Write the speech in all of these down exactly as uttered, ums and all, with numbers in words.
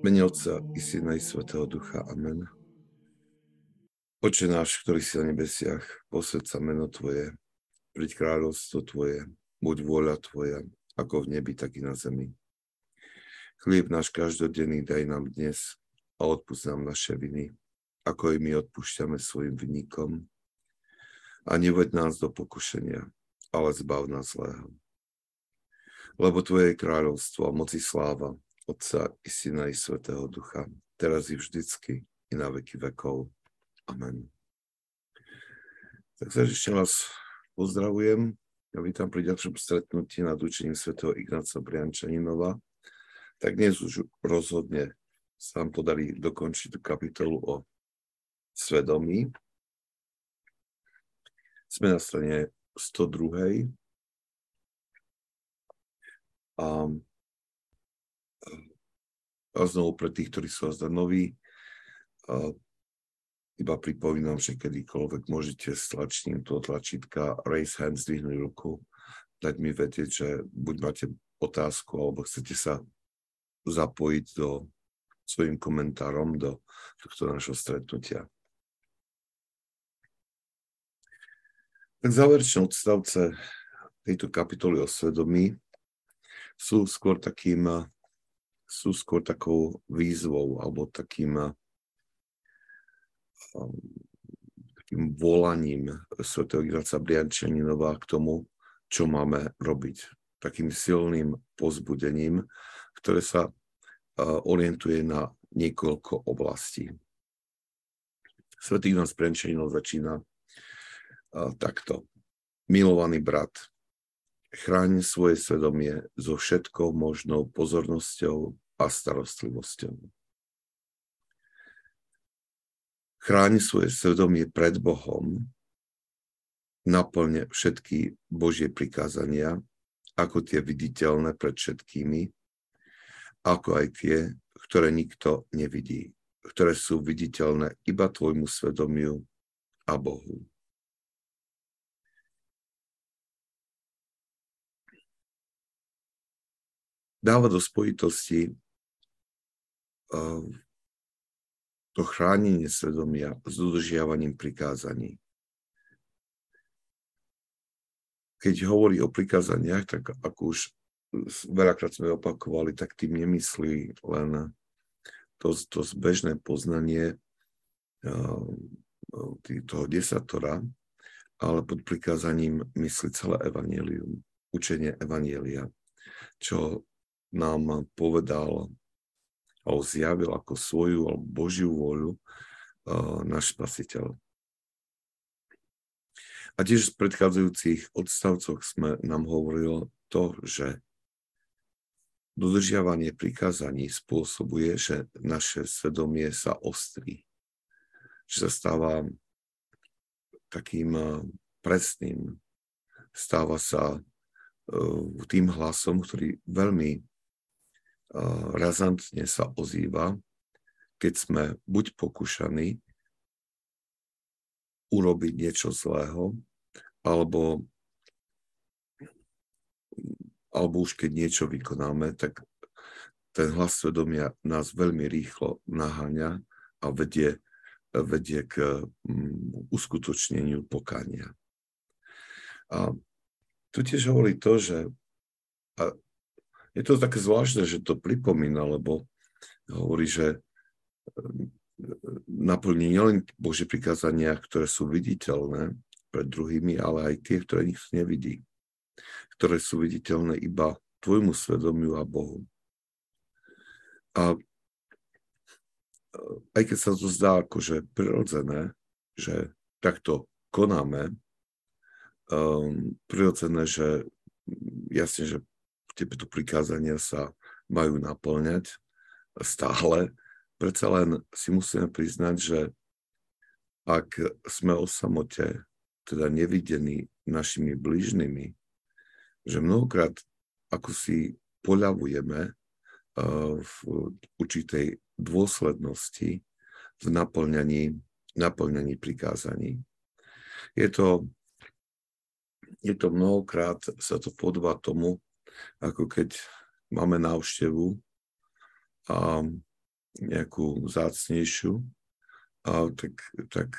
Mene Otca i Syna i Svätého Ducha. Amen. Oče náš, ktorý si na nebesiach, posväť sa meno Tvoje, príď kráľovstvo Tvoje, buď vôľa Tvoja, ako v nebi, tak i na zemi. Chlieb náš každodenný daj nám dnes a odpusť nám naše viny, ako i my odpúšťame svojim vinníkom. A neveď nás do pokušenia, ale zbav nás zlého. Lebo Tvoje je kráľovstvo a moci sláva, Otca i Syna i Svätého Ducha, teraz i vždycky i na veky vekov. Amen. Tak sa ešte raz pozdravujem. Ja vítam pri ďalšom stretnutí nad učením svätého Ignáca Briančaninova. Tak dnes už rozhodne sa nám podarí dokončiť tú kapitolu o svedomí. Sme na strane sto dva. A, a znovu pre tých, ktorí sú azda noví, a iba pripomínam, že kedykoľvek môžete s tlačením toho tlačítka raise hand, zdvihnúť ruku, dať mi vedieť, že buď máte otázku, alebo chcete sa zapojiť do svojím komentárom do tohto našho stretnutia. Tak záverečné odstavce tejto kapitoly o svedomí sú skôr takým, sú skôr takou výzvou, alebo takým takým volaním svätého Ignáca Briančaninova k tomu, čo máme robiť. Takým silným povzbudením, ktoré sa orientuje na niekoľko oblastí. Svätý Ignác Briančaninov začína takto. Milovaný brat, chráň svoje svedomie so všetkou možnou pozornosťou a starostlivosťou. Chráň svoje svedomie pred Bohom, naplň všetky Božie prikázania, ako tie viditeľné pred všetkými, ako aj tie, ktoré nikto nevidí, ktoré sú viditeľné iba tvojmu svedomiu a Bohu. Dáva do spojitosti uh, to chránenie svedomia s dodržiavaním prikázaní. Keď hovorí o prikázaniach, tak ako už veľakrát sme opakovali, tak tým nemyslí len to, to zbežné poznanie toho desatora, ale pod prikázaním myslí celé evanjelium, učenie evanjelia, čo nám povedal alebo zjavil ako svoju alebo Božiu vôľu uh, náš Spasiteľ. A tiež v predchádzajúcich odstavcoch sme nám hovorilo to, že dodržiavanie prikázaní spôsobuje, že naše svedomie sa ostrí, že sa stáva takým uh, presným, stáva sa uh, tým hlasom, ktorý veľmi razantne sa ozýva, keď sme buď pokúšaní urobiť niečo zlého, alebo, alebo už keď niečo vykonáme, tak ten hlas svedomia nás veľmi rýchlo naháňa a vedie, vedie k uskutočneniu pokánia. A tu tiež hovorí to, že a je to také zvláštne, že to pripomína, lebo hovorí, že naplní nielen Božie prikázania, ktoré sú viditeľné pred druhými, ale aj tie, ktoré nikto nevidí, ktoré sú viditeľné iba tvojmu svedomiu a Bohu. A aj keď sa to zdá akože prirodzené, že takto konáme, um, prirodzené, že jasne, že tieto prikázania sa majú naplňať stále. Predsa len si musíme priznať, že ak sme o samote, teda nevidení našimi blížnymi, že mnohokrát ako si poľavujeme v určitej dôslednosti v naplňaní, naplňaní prikázaní. Je to, je to mnohokrát, sa to podobá tomu, ako keď máme návštevu a nejakú vzácnejšiu, a tak, tak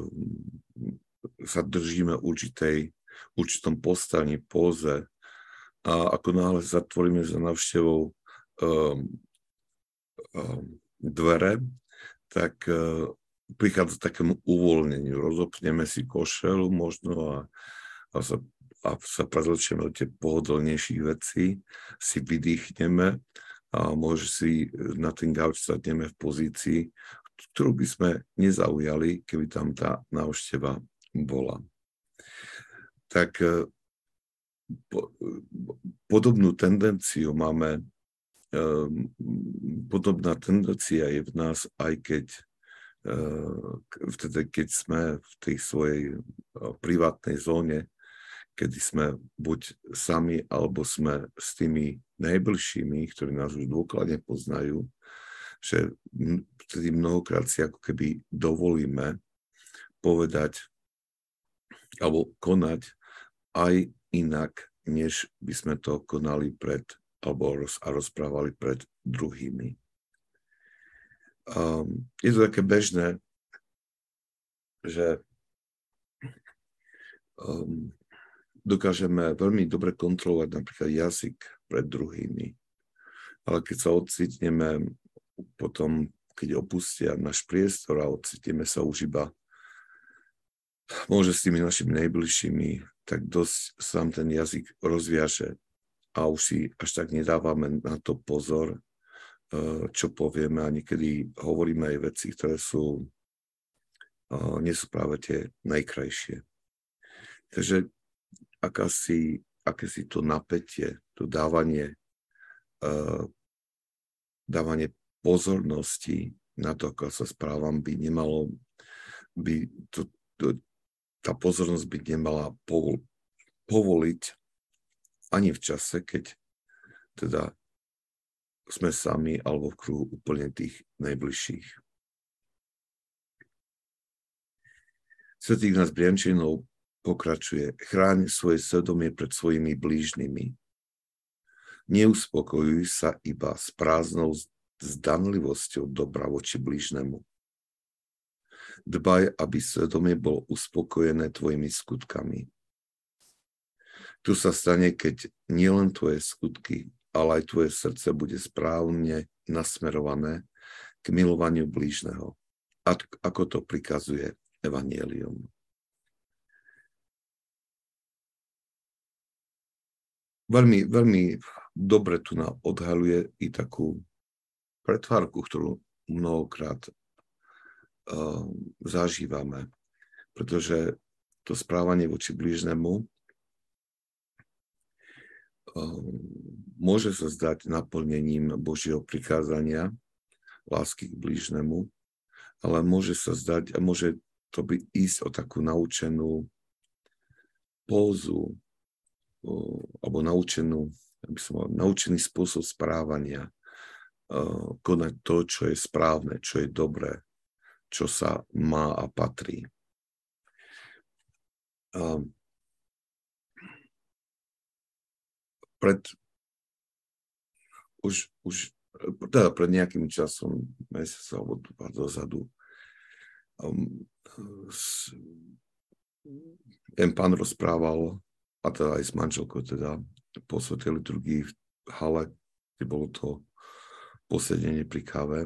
sa držíme určitej, určitom postavení, póze. A ako náhle zatvoríme za návštevou um, um, dvere, tak uh, prichádza k takému uvoľneniu. Rozopneme si košelu možno a, a sa, a sa prezlečieme do tie pohodlnejších vecí, si vydýchneme a môže si na ten gauč sadneme v pozícii, ktorú by sme nezaujali, keby tam tá návšteva bola. Tak po, podobnú tendenciu máme, podobná tendencia je v nás, aj keď vtedy, keď sme v tej svojej privátnej zóne, kedy sme buď sami, alebo sme s tými najbližšími, ktorí nás už dôkladne poznajú, že vtedy mnohokrát si ako keby dovolíme povedať alebo konať aj inak, než by sme to konali pred alebo roz, a rozprávali pred druhými. Um, je to také bežné, že um, dokážeme veľmi dobre kontrolovať napríklad jazyk pred druhými. Ale keď sa ocitneme potom, keď opustia náš priestor a ocitneme sa už iba môže s tými našimi najbližšími, tak dosť sa nám ten jazyk rozviaže a už si až tak nedávame na to pozor, čo povieme, a niekedy hovoríme aj veci, ktoré sú, nie sú práve tie najkrajšie. Takže akási, akési to napätie, to dávanie, dávanie pozornosti na to, ako sa správam, by nemalo, by to, to, tá pozornosť by nemala povol, povoliť ani v čase, keď teda sme sami alebo v kruhu úplne tých najbližších. Svätý Ignác Briančinov pokračuje: chráň svoje svedomie pred svojimi blížnymi. Neuspokojuj sa iba s prázdnou zdanlivosťou dobra voči blížnemu. Dbaj, aby svedomie bolo uspokojené tvojimi skutkami. Tu sa stane, keď nielen tvoje skutky, ale aj tvoje srdce bude správne nasmerované k milovaniu blížneho, ako to prikazuje Evanjelium. Veľmi, veľmi dobre tu nám odhaľuje i takú pretvárku, ktorú mnohokrát uh, zažívame, pretože to správanie voči blížnemu uh, môže sa zdať naplnením Božieho prikázania lásky k blížnemu, ale môže sa zdať a môže to byť ísť o takú naučenú pózu uh, alebo naučenú, aby som mal, naučený spôsob správania, uh, konať to, čo je správne, čo je dobré, čo sa má a patrí. Uh, pred už, už teda pred nejakým časom, mesiac alebo dva dozadu, um, s, ten pán rozprával, a teda aj s manželkou, teda po svätej liturgii v hale, kde bolo to posedenie pri káve,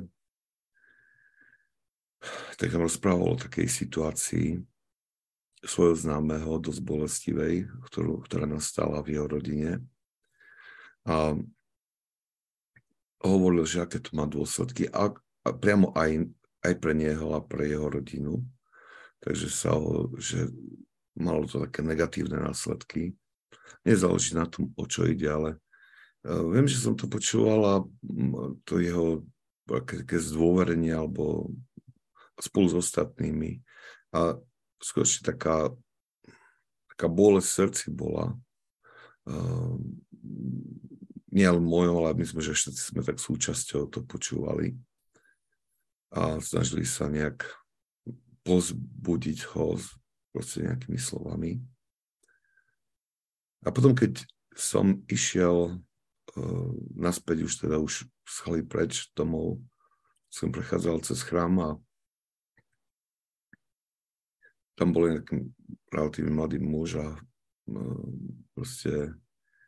tak tam rozprával o takej situácii svojho známeho, dosť bolestivej, ktorú, ktorá nastala v jeho rodine. A hovoril, že aké to má dôsledky, a, a priamo aj, aj pre neho a pre jeho rodinu. Takže sa ho, že malo to také negatívne následky. Nezáleží na tom, o čo ide, ale uh, viem, že som to počúval a to jeho také zdôverenie alebo spolu s ostatnými. A skutočne taká, taká bolesť v srdci bola. Uh, nie len mojom, ale my sme, že všetci sme tak súčasťou to počúvali a snažili sa nejak pozbudiť ho proste nejakými slovami. A potom, keď som išiel uh, naspäť už teda už schali preč domov, som prechádzal cez chrám a tam bol nejaký relatívne mladý muž a proste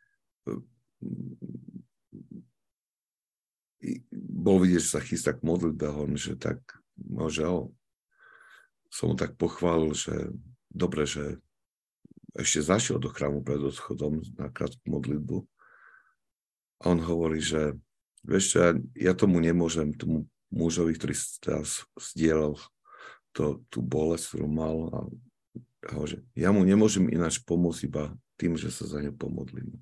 bol vidieť, že sa chystá k modlitbe, že tak, no žiaľ, som mu tak pochválil, že dobre, že ešte zašiel do chrámu pred odchodom na krátku modlitbu. A on hovorí, že vieš čo, ja, ja tomu nemôžem, tomu mužovi, ktorý teraz zdieľal to, tú bolesť, ktorú mal, a hovorí, že ja mu nemôžem ináč pomôcť iba tým, že sa za ňu pomodlím.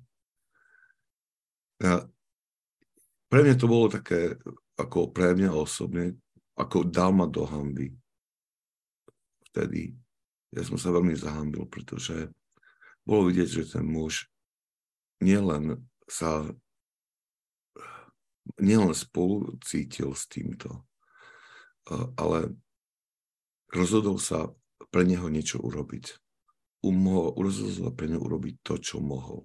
A pre mňa to bolo také, ako pre mňa osobne, ako dal ma do hanby. Vtedy ja som sa veľmi zahanbil, pretože bolo vidieť, že ten muž nielen sa, nielen spolu cítil s týmto, ale rozhodol sa pre neho niečo urobiť. Umohol, rozhodol sa pre neho urobiť to, čo mohol.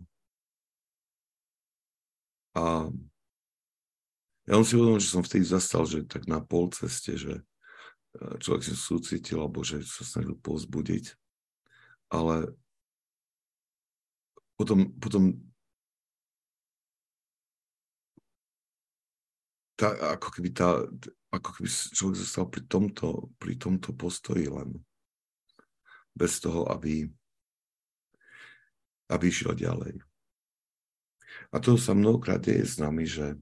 A ja som si uvedomil, že som vtedy zastal, že tak na pol ceste, že človek si súcitil, alebo že sa snažil povzbudiť. Ale potom, potom tá, ako keby tá, ako keby človek zostal pri tomto, pri tomto postoji len. Bez toho, aby, aby išiel ďalej. A to sa mnohokrát deje s nami, že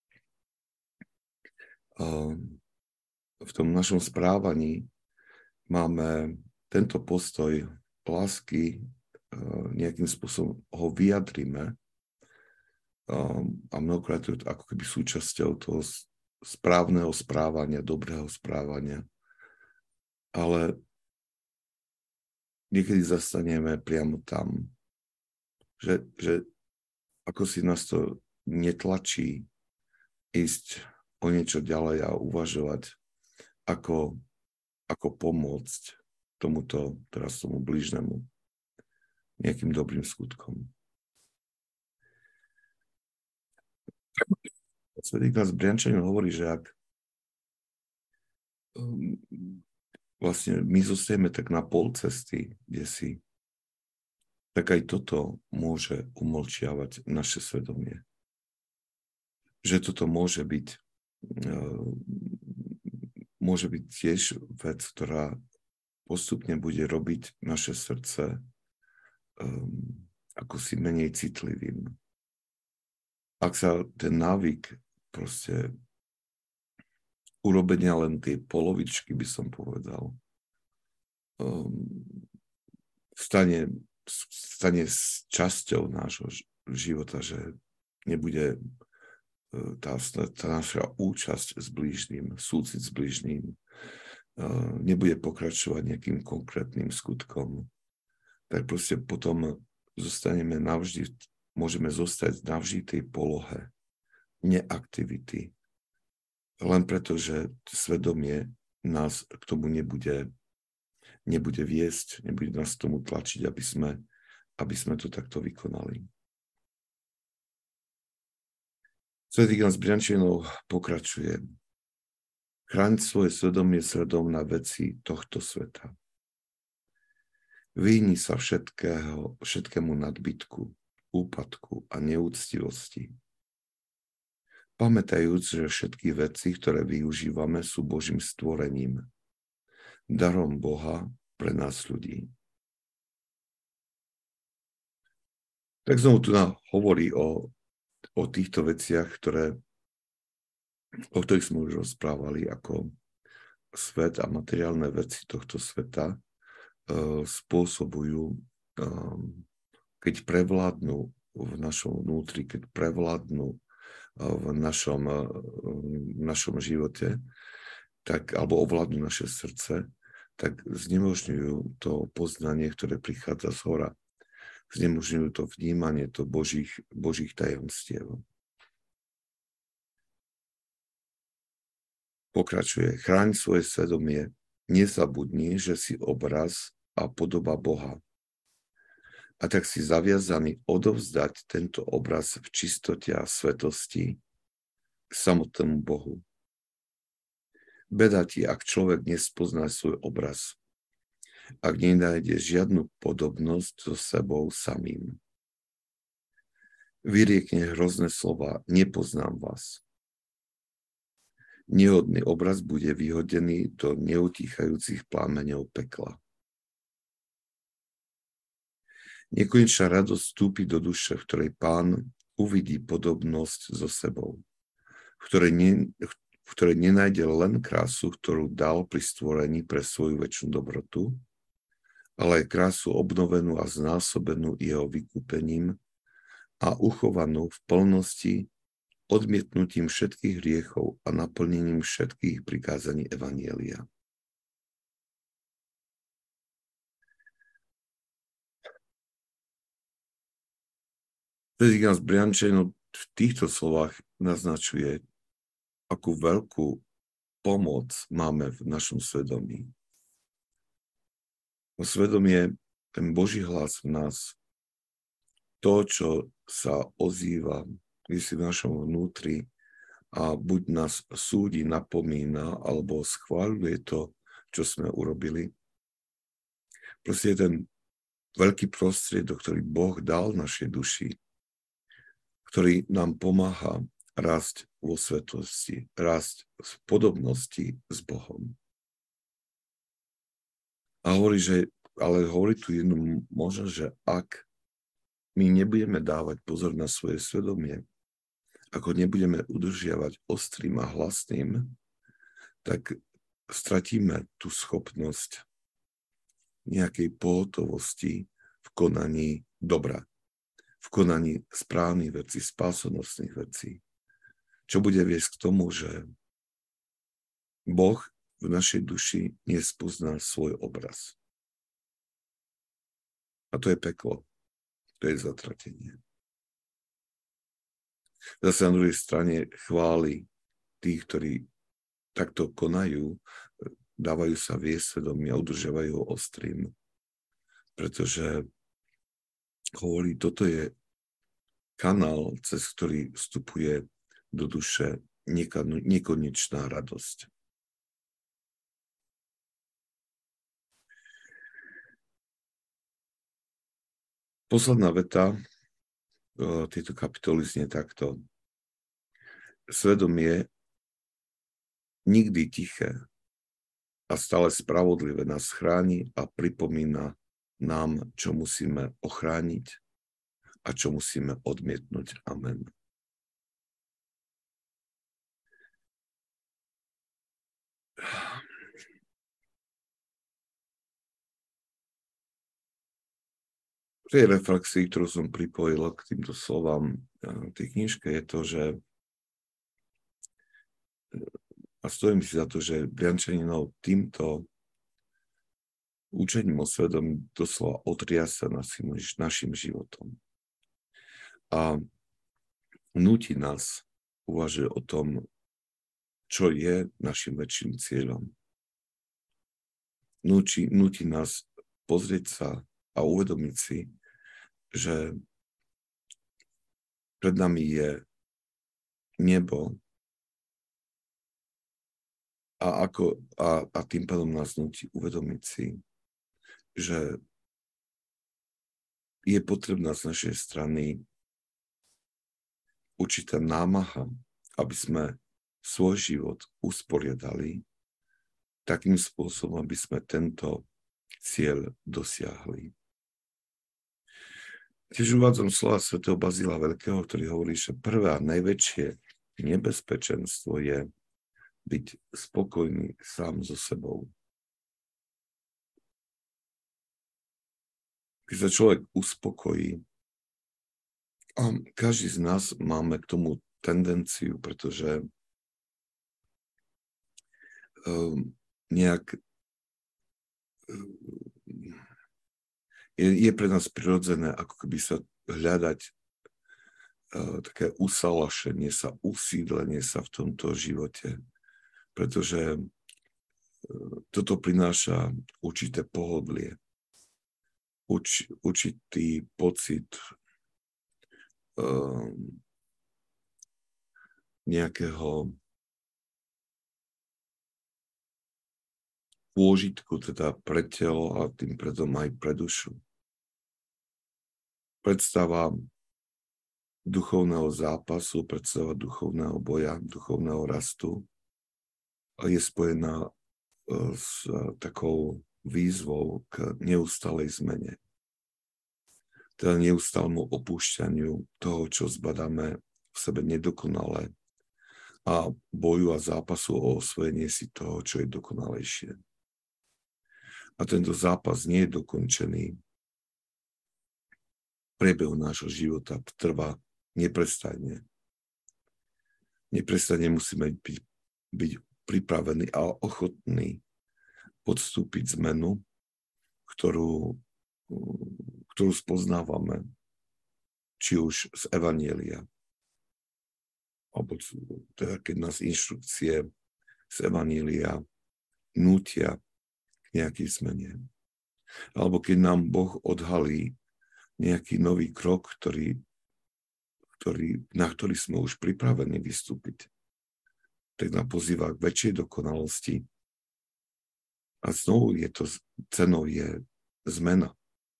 um, v tom našom správaní máme tento postoj lásky, uh, nejakým spôsobom ho vyjadrime um, a mnohokrát je to ako keby súčasťou toho správneho správania, dobrého správania. Ale niekedy zastaneme priamo tam, že, že ako si nás to netlačí ísť o niečo ďalej a uvažovať, ako, ako pomôcť tomuto, teraz tomu blížnemu nejakým dobrým skutkom. Svätý Ignác Briančanin hovorí, že ak um, vlastne my zostajeme tak na pol cesty, kde si, tak aj toto môže umlčiavať naše svedomie. Že toto môže byť, uh, môže byť tiež vec, ktorá postupne bude robiť naše srdce um, ako si menej citlivým. Ak sa ten návyk proste urobenia len tie polovičky, by som povedal, um, stane, stane s časťou nášho života, že nebude tá, tá naša účasť s blížnym, súcit s blížnym, uh, nebude pokračovať nejakým konkrétnym skutkom, tak proste potom zostaneme navždy, môžeme zostať navždy tej polohe neaktivity, len preto, že svedomie nás k tomu nebude, nebude viesť, nebude nás k tomu tlačiť, aby sme, aby sme to takto vykonali. Svätý Ignác Briančanin pokračuje. Chráň svoje svedomie sledom na veci tohto sveta. Vyhni sa všetkého, všetkému nadbytku, úpadku a neúctivosti. Pamätajúc, že všetky veci, ktoré využívame, sú Božím stvorením, darom Boha pre nás ľudí. Tak znovu tu nám hovorí o, o týchto veciach, ktoré, o ktorých sme už rozprávali, ako svet a materiálne veci tohto sveta uh, spôsobujú, um, keď prevládnu v našom vnútri, keď prevládnu v našom, v našom živote, tak, alebo ovládnu naše srdce, tak znemožňujú to poznanie, ktoré prichádza z hora. Znemožňujú to vnímanie, to Božích, Božích tajomstiev. Pokračuje. Chráň svoje svedomie, nezabudni, že si obraz a podoba Boha. A tak si zaviazaný odovzdať tento obraz v čistote a svetosti k samotnému Bohu. Beda ti, ak človek nespozná svoj obraz, ak nenájde žiadnu podobnosť so sebou samým. Vyriekne hrozné slova, nepoznám vás. Nehodný obraz bude vyhodený do neutíchajúcich plámeňov pekla. Nekonečná radosť vstúpi do duše, v ktorej Pán uvidí podobnosť so sebou, v ktorej, ne, v ktorej nenájde len krásu, ktorú dal pri stvorení pre svoju večnú dobrotu, ale aj krásu obnovenú a znásobenú jeho vykúpením a uchovanú v plnosti odmietnutím všetkých hriechov a naplnením všetkých prikázaní evanjelia. Prezident Briančeno v týchto slovách naznačuje, akú veľkú pomoc máme v našom svedomí. O svedomie, ten Boží hlas v nás, to, čo sa ozýva si v našom vnútri a buď nás súdi, napomína, alebo schváľuje to, čo sme urobili. Proste je ten veľký prostriedok, ktorý Boh dal našej duši, ktorý nám pomáha rásť vo svetosti, rásť v podobnosti s Bohom. A hovorí, že, ale hovorí tu jednu možnosť, že ak my nebudeme dávať pozor na svoje svedomie, ako nebudeme udržiavať ostrým a hlasným, tak stratíme tú schopnosť nejakej pohotovosti v konaní dobra, v konaní správnych vecí, spásonosných vecí, čo bude viesť k tomu, že Boh v našej duši nespozná svoj obraz. A to je peklo. To je zatratenie. Zase na druhej strane chváli tých, ktorí takto konajú, dávajú sa viesť svedomie a udržiavajú ho ostrým. Pretože hovorí, toto je kanál, cez ktorý vstupuje do duše nekonečná radosť. Posledná veta tejto kapitoly znie takto. Svedomie nikdy tiché a stále spravodlivé nás chráni a pripomína nám, čo musíme ochrániť a čo musíme odmietnúť. Amen. V tej reflexii, ktorú som pripojil k týmto slovám tej knižke, je to, že a stojím si za to, že Briančaninov týmto učením o svedomí doslova otriasa našim, našim životom. A núti nás uvažiť o tom, čo je našim väčším cieľom. Núti, núti nás pozrieť sa a uvedomiť si, že pred nami je nebo a, ako, a, a tým pádom nás núti uvedomiť si, že je potrebná z našej strany určitá námaha, aby sme svoj život usporiadali takým spôsobom, aby sme tento cieľ dosiahli. Tiež uvádzam slova svätého Bazila Veľkého, ktorý hovorí, že prvé a najväčšie nebezpečenstvo je byť spokojný sám so sebou. Keď sa človek uspokojí, a každý z nás máme k tomu tendenciu, pretože um, nejak um, je, je pre nás prirodzené, ako keby sa hľadať uh, také usalašenie sa, usídlenie sa v tomto živote, pretože uh, toto prináša určité pohodlie, uč, určitý pocit uh, nejakého pôžitku, teda pre telo a tým predom aj pre dušu. Predstava duchovného zápasu, predstava duchovného boja, duchovného rastu je spojená s takou výzvou k neustálej zmene. Teda neustálemu opúšťaniu toho, čo zbadáme v sebe nedokonalé a boju a zápasu o osvojenie si toho, čo je dokonalejšie. A tento zápas nie je dokončený. Priebehu nášho života trvá neprestajne. Neprestajne musíme byť, byť pripravení a ochotní podstúpiť zmenu, ktorú, ktorú spoznávame, či už z Evanjelia, alebo teda keď nás inštrukcie z Evanjelia nútia k nejakej zmene. Alebo keď nám Boh odhalí nejaký nový krok, ktorý, ktorý, na ktorý sme už pripravení vystúpiť, tak nám pozýva k väčšej dokonalosti. A znovu je to, cenou je zmena.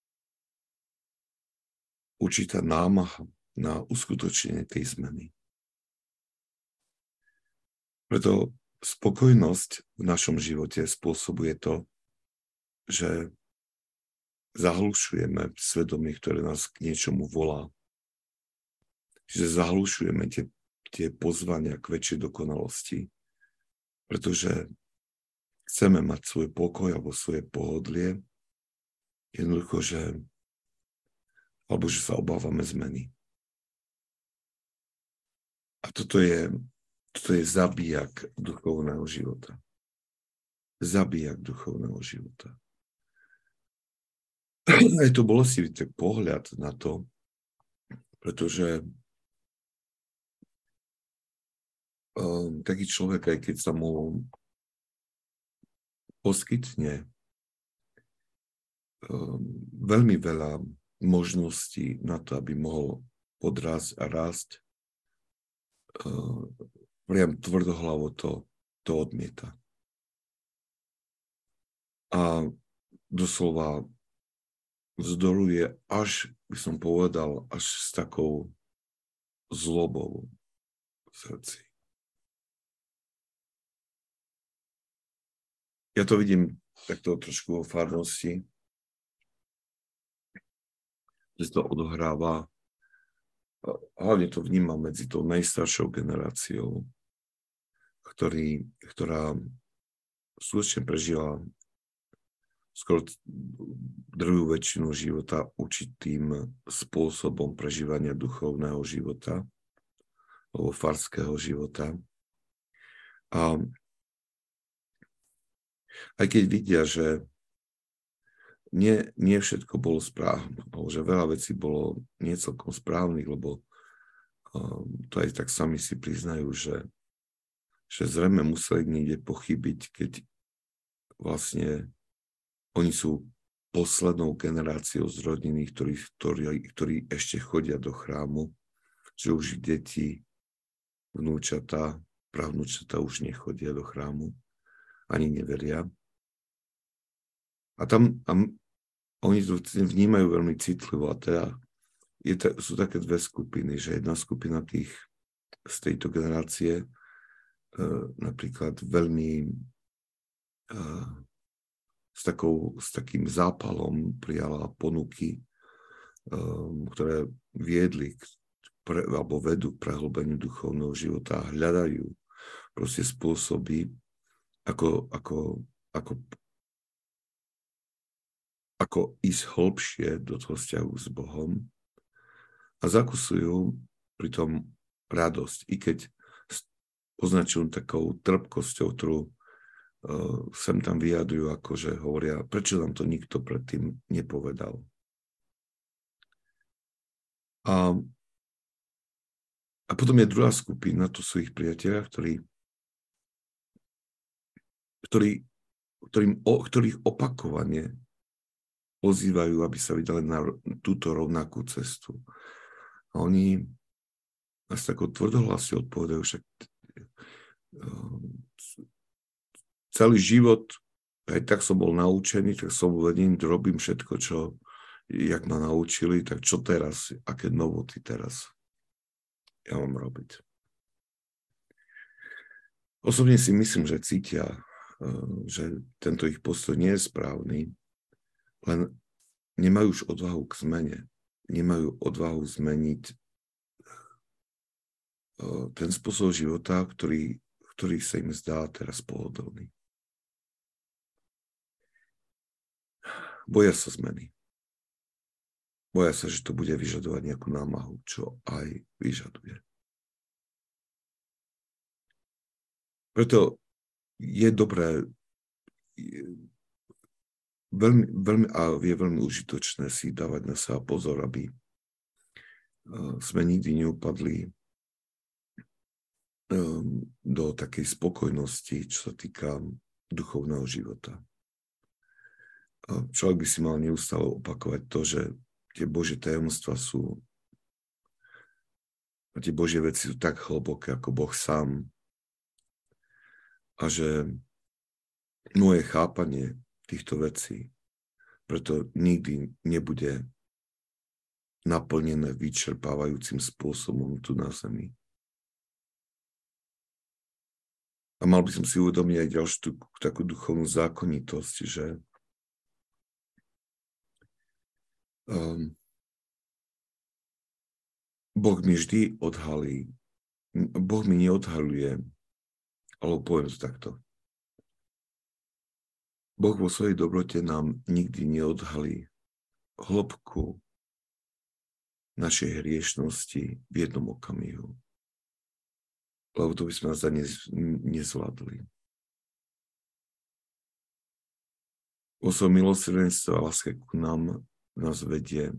Určitá námaha na uskutočnenie tej zmeny. Preto spokojnosť v našom živote spôsobuje to, že zahlušujeme svedomie, ktoré nás k niečomu volá. Že zahlušujeme tie, tie pozvania k väčšej dokonalosti, pretože chceme mať svoj pokoj alebo svoje pohodlie, jednoducho, že alebo že sa obávame zmeny. A toto je, toto je zabíjak duchovného života. Zabíjak duchovného života. Je to bolestivý pohľad na to, pretože um, taký človek, aj keď sa mu poskytne um, veľmi veľa možností na to, aby mohol podrásť a rásť, uh, priam tvrdohlavo to, to odmieta. A doslova vzdoruje až, by som povedal, až s takou zlobou v srdci. Ja to vidím takto trošku vo farnosti, že to odohráva, hlavne to vnímam medzi tou najstaršou generáciou, ktorý, ktorá skutočne prežila skoro druhú väčšinu života určitým spôsobom prežívania duchovného života alebo farského života. A aj keď vidia, že nie, nie všetko bolo správne, alebo že veľa vecí bolo nie celkom správnych, lebo um, to aj tak sami si priznajú, že, že zrejme museli niekde pochybiť, keď vlastne oni sú poslednou generáciou z rodiny, ktorí, ktorí, ktorí ešte chodia do chrámu, že už deti, vnúčatá, pravnúčatá už nechodia do chrámu, ani neveria. A tam a oni to vnímajú veľmi citlivo. A teda je ta, sú také dve skupiny, že jedna skupina tých z tejto generácie e, napríklad veľmi e, s, takou, s takým zápalom prijala ponuky, um, ktoré viedli k pre, alebo vedú k prehlbeniu duchovného života a hľadajú proste spôsoby, ako, ako, ako, ako ísť hlbšie do toho vzťahu s Bohom a zakusujú pritom radosť, i keď označujú takou trpkosťou, ktorú Uh, sem tam vyjadrujú, akože hovoria, prečo nám to nikto predtým nepovedal. A, a potom je druhá skupina, to sú ich priatelia, ktorí, ktorí, ktorým, o, ktorých opakovane pozývajú, aby sa vydali na túto rovnakú cestu. A oni nás takou tvrdohlasne odpovedajú, však uh, celý život Aj tak som bol naučený, tak som uvedený, robím všetko, čo, jak ma naučili, tak čo teraz, aké novoty teraz ja mám robiť. Osobne si myslím, že cítia, že tento ich postoj nie je správny, len nemajú už odvahu k zmene. Nemajú odvahu zmeniť ten spôsob života, ktorý, ktorý sa im zdá teraz pohodlný. Boja sa zmeny. Boja sa, že to bude vyžadovať nejakú námahu, čo aj vyžaduje. Preto je dobré, je veľmi, veľmi, a je veľmi užitočné si dávať na seba pozor, aby sme nikdy neupadli do takej spokojnosti, čo sa týka duchovného života. Človek by si mal neustále opakovať to, že tie Božie tajomstvá sú a tie Božie veci sú tak hlboké ako Boh sám a že moje chápanie týchto vecí preto nikdy nebude naplnené vyčerpávajúcim spôsobom tu na zemi. A mal by som si uvedomiť aj ďalšiu takú duchovnú zákonitosť, že um, Boh mi vždy odhalí, Boh mi neodhaluje, alebo poviem to takto. Boh vo svojej dobrote nám nikdy neodhalí hĺbku našej hriešnosti v jednom okamihu. Lebo to by sme nás nez, nezvládli. O svojom milosrdenstve a láske ku nám nás vedie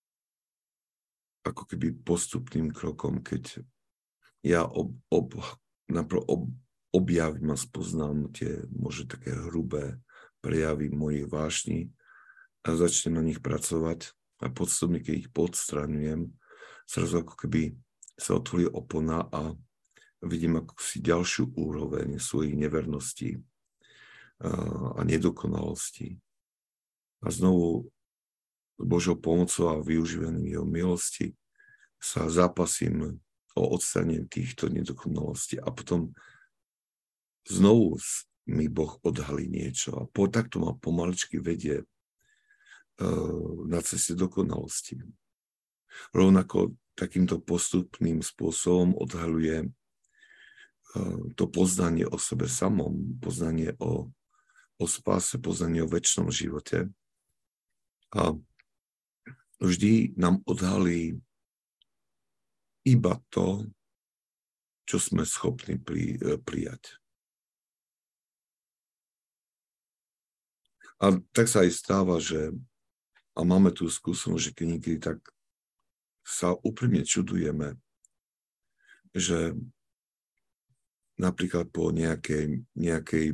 ako keby postupným krokom, keď ja ob, ob, najprv ob, objavím a spoznám tie možno také hrubé prejavy mojich vášní a začnem na nich pracovať a podstatne, keď ich podstraňujem, zrazu ako keby sa otvorí opona a vidím ako si ďalšiu úroveň svojich neverností a nedokonalostí. A znovu s Božou pomocou a využívaním jeho milosti sa zápasím o odstránenie týchto nedokonalostí a potom znovu mi Boh odhalí niečo a po, takto ma pomaličky vedie uh, na ceste dokonalosti. Rovnako takýmto postupným spôsobom odhaluje uh, to poznanie o sebe samom, poznanie o, o spáse, poznanie o večnom živote. A vždy nám odhalí iba to, čo sme schopní pri, prijať. A tak sa aj stáva, že a máme tú skúsenosť, že keď niekedy tak sa úprimne čudujeme, že napríklad po nejakej, nejakej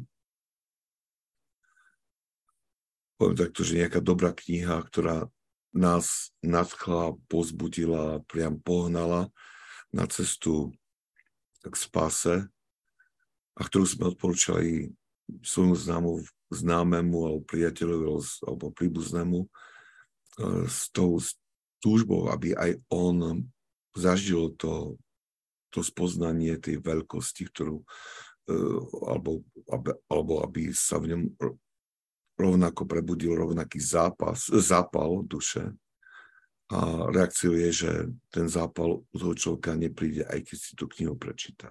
poviem takto, že nejaká dobrá kniha, ktorá nás nadchla, pozbudila, priam pohnala na cestu k spáse a ktorú sme odporúčali svojmu známu, známemu alebo priateľovi alebo príbuznému s tou túžbou, aby aj on zažil to, to spoznanie tej veľkosti, ktorú alebo, alebo aby sa v ňom rovnako prebudil rovnaký zápas, zápal duše. A reakciou je, že ten zápal u toho človeka nepríde, aj keď si tú knihu prečíta.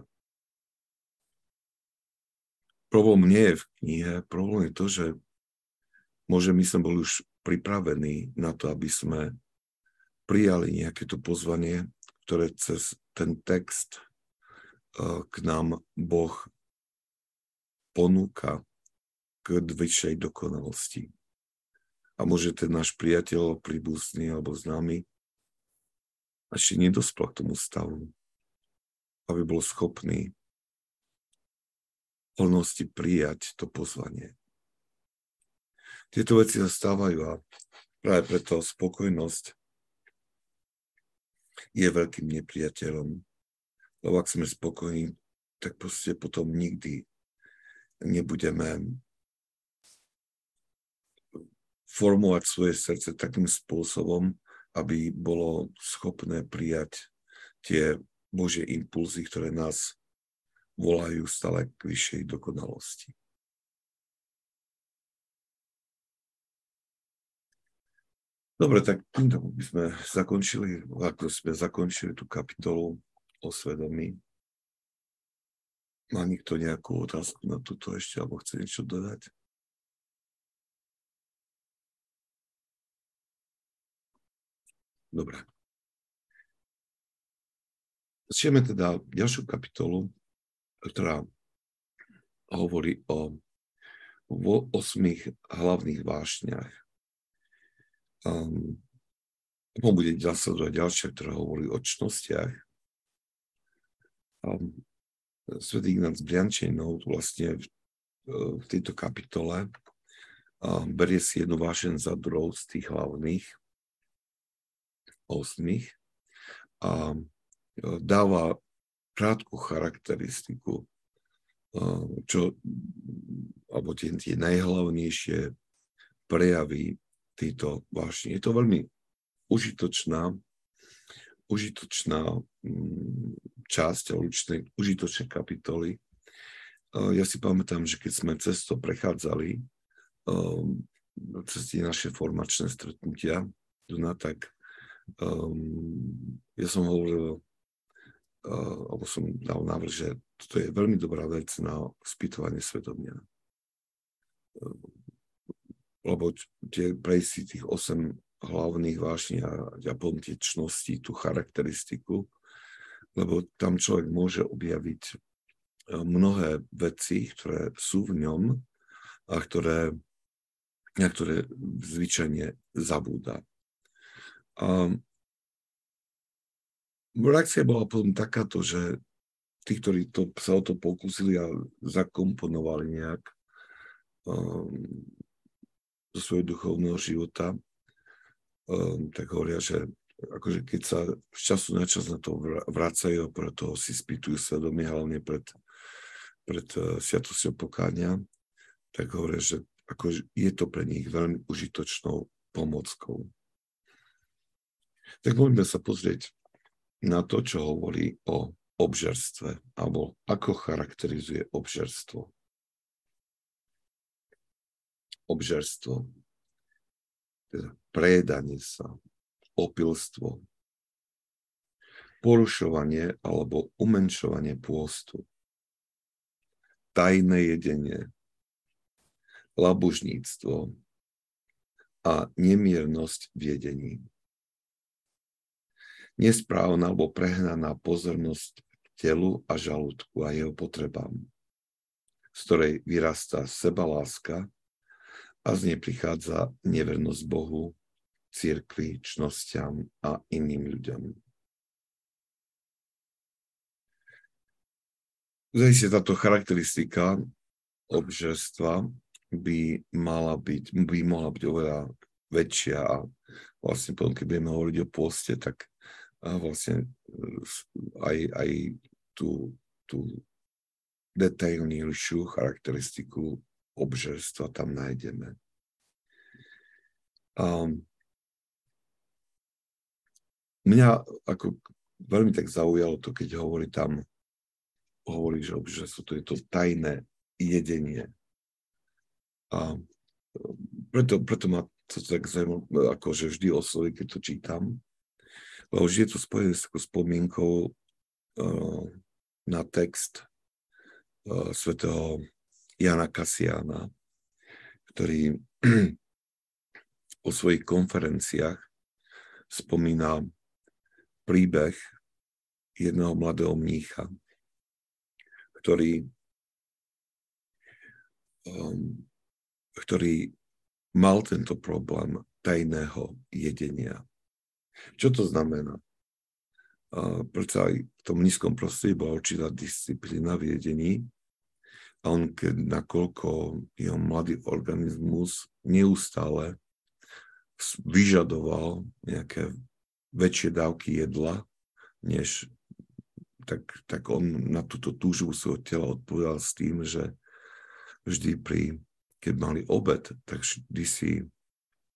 Problém nie je v knihe, problém je to, že môže my sme boli už pripravení na to, aby sme prijali nejaké to pozvanie, ktoré cez ten text k nám Boh ponúka k vyššej dokonalosti. A môže ten náš priateľ, príbuzný alebo známy ešte nedospel k tomu stavu, aby bol schopný v plnosti prijať to pozvanie. Tieto veci sa stávajú a práve preto spokojnosť je veľkým nepriateľom. Lebo ak sme spokojní, tak proste potom nikdy nebudeme formovať svoje srdce takým spôsobom, aby bolo schopné prijať tie Božie impulzy, ktoré nás volajú stále k vyššej dokonalosti. Dobre, tak týmto by sme zakončili, ako sme zakončili tú kapitolu o svedomí. Má niekto nejakú otázku na toto ešte, alebo chce niečo dodať? Dobre. Začneme teda ďalšiu kapitolu, ktorá hovorí o vo osmých hlavných vášniach. Um, bude nasledovať ďalšia, ktorá hovorí o čnostiach. Um, Svätý Ignác Briančejnov vlastne v, v tejto kapitole um, berie si jednu vášeň za druhou z tých hlavných osmých a um, dáva krátku charakteristiku, um, čo, alebo tie, tie najhlavnejšie prejavy tejto vášne. Je to veľmi užitočná, užitočná časť, užitočné, užitočné kapitoly. Ja si pamätám, že keď sme cez to prechádzali, cez tie naše formačné stretnutia, tak um, ja som hovoril, alebo som dal návrh, že toto je veľmi dobrá vec na spýtovanie svedomia. Lebo tie prejsť si tých osem hlavných vášní a, a potom tie čnosti, tú charakteristiku, lebo tam človek môže objaviť mnohé veci, ktoré sú v ňom a ktoré, na ktoré zvyčajne zabúda. A reakcia bola potom takáto, že tí, ktorí to, sa o to pokúsili a zakomponovali nejak um, do svojho duchovného života, um, tak hovoria, že akože keď sa z času na čas na to vracajú, preto si spýtujú svedomie, hlavne pred, pred uh, sviatosťou pokánia, tak hovoria, že akože je to pre nich veľmi užitočnou pomockou. Tak môžeme sa pozrieť na to, čo hovorí o obžerstve, alebo ako charakterizuje obžerstvo. Obžerstvo, teda prejedanie sa, opilstvo, porušovanie alebo umenšovanie pôstu, tajné jedenie, labužníctvo a nemiernosť v jedení. Nesprávna alebo prehnaná pozornosť k telu a žalúdku a jeho potrebám, z ktorej vyrastá sebaláska a z nej prichádza nevernosť Bohu, cirkvi, čnostiam a iným ľuďom. Zajistie táto charakteristika obžerstva by mala byť, by mohla byť oveľa väčšia a vlastne potom, keď budeme hovoriť o pôste, tak vlastne aj, aj tú, tú detailnejšiu charakteristiku obžerstva tam nájdeme. Um, mňa ako veľmi tak zaujalo to, keď hovorí tam, hovorí, že obžerstvo to je to tajné jedenie. A preto, preto ma to tak zaujímavé, akože vždy osloví, keď to čítam, lebo vždy je to spojené s takou spomienkou uh, na text uh, svätého Jana Kasiána, ktorý o svojich konferenciách spomína príbeh jedného mladého mnícha, ktorý, um, ktorý mal tento problém tajného jedenia. Čo to znamená? Uh, Preto aj v tom nízkom prostredí bola určitá disciplína v jedení, a on, keď nakoľko jeho mladý organizmus neustále vyžadoval nejaké väčšie dávky jedla, než tak, tak on na túto túžbu svojho tela odpovedal s tým, že vždy pri, keď mali obed, tak vždy si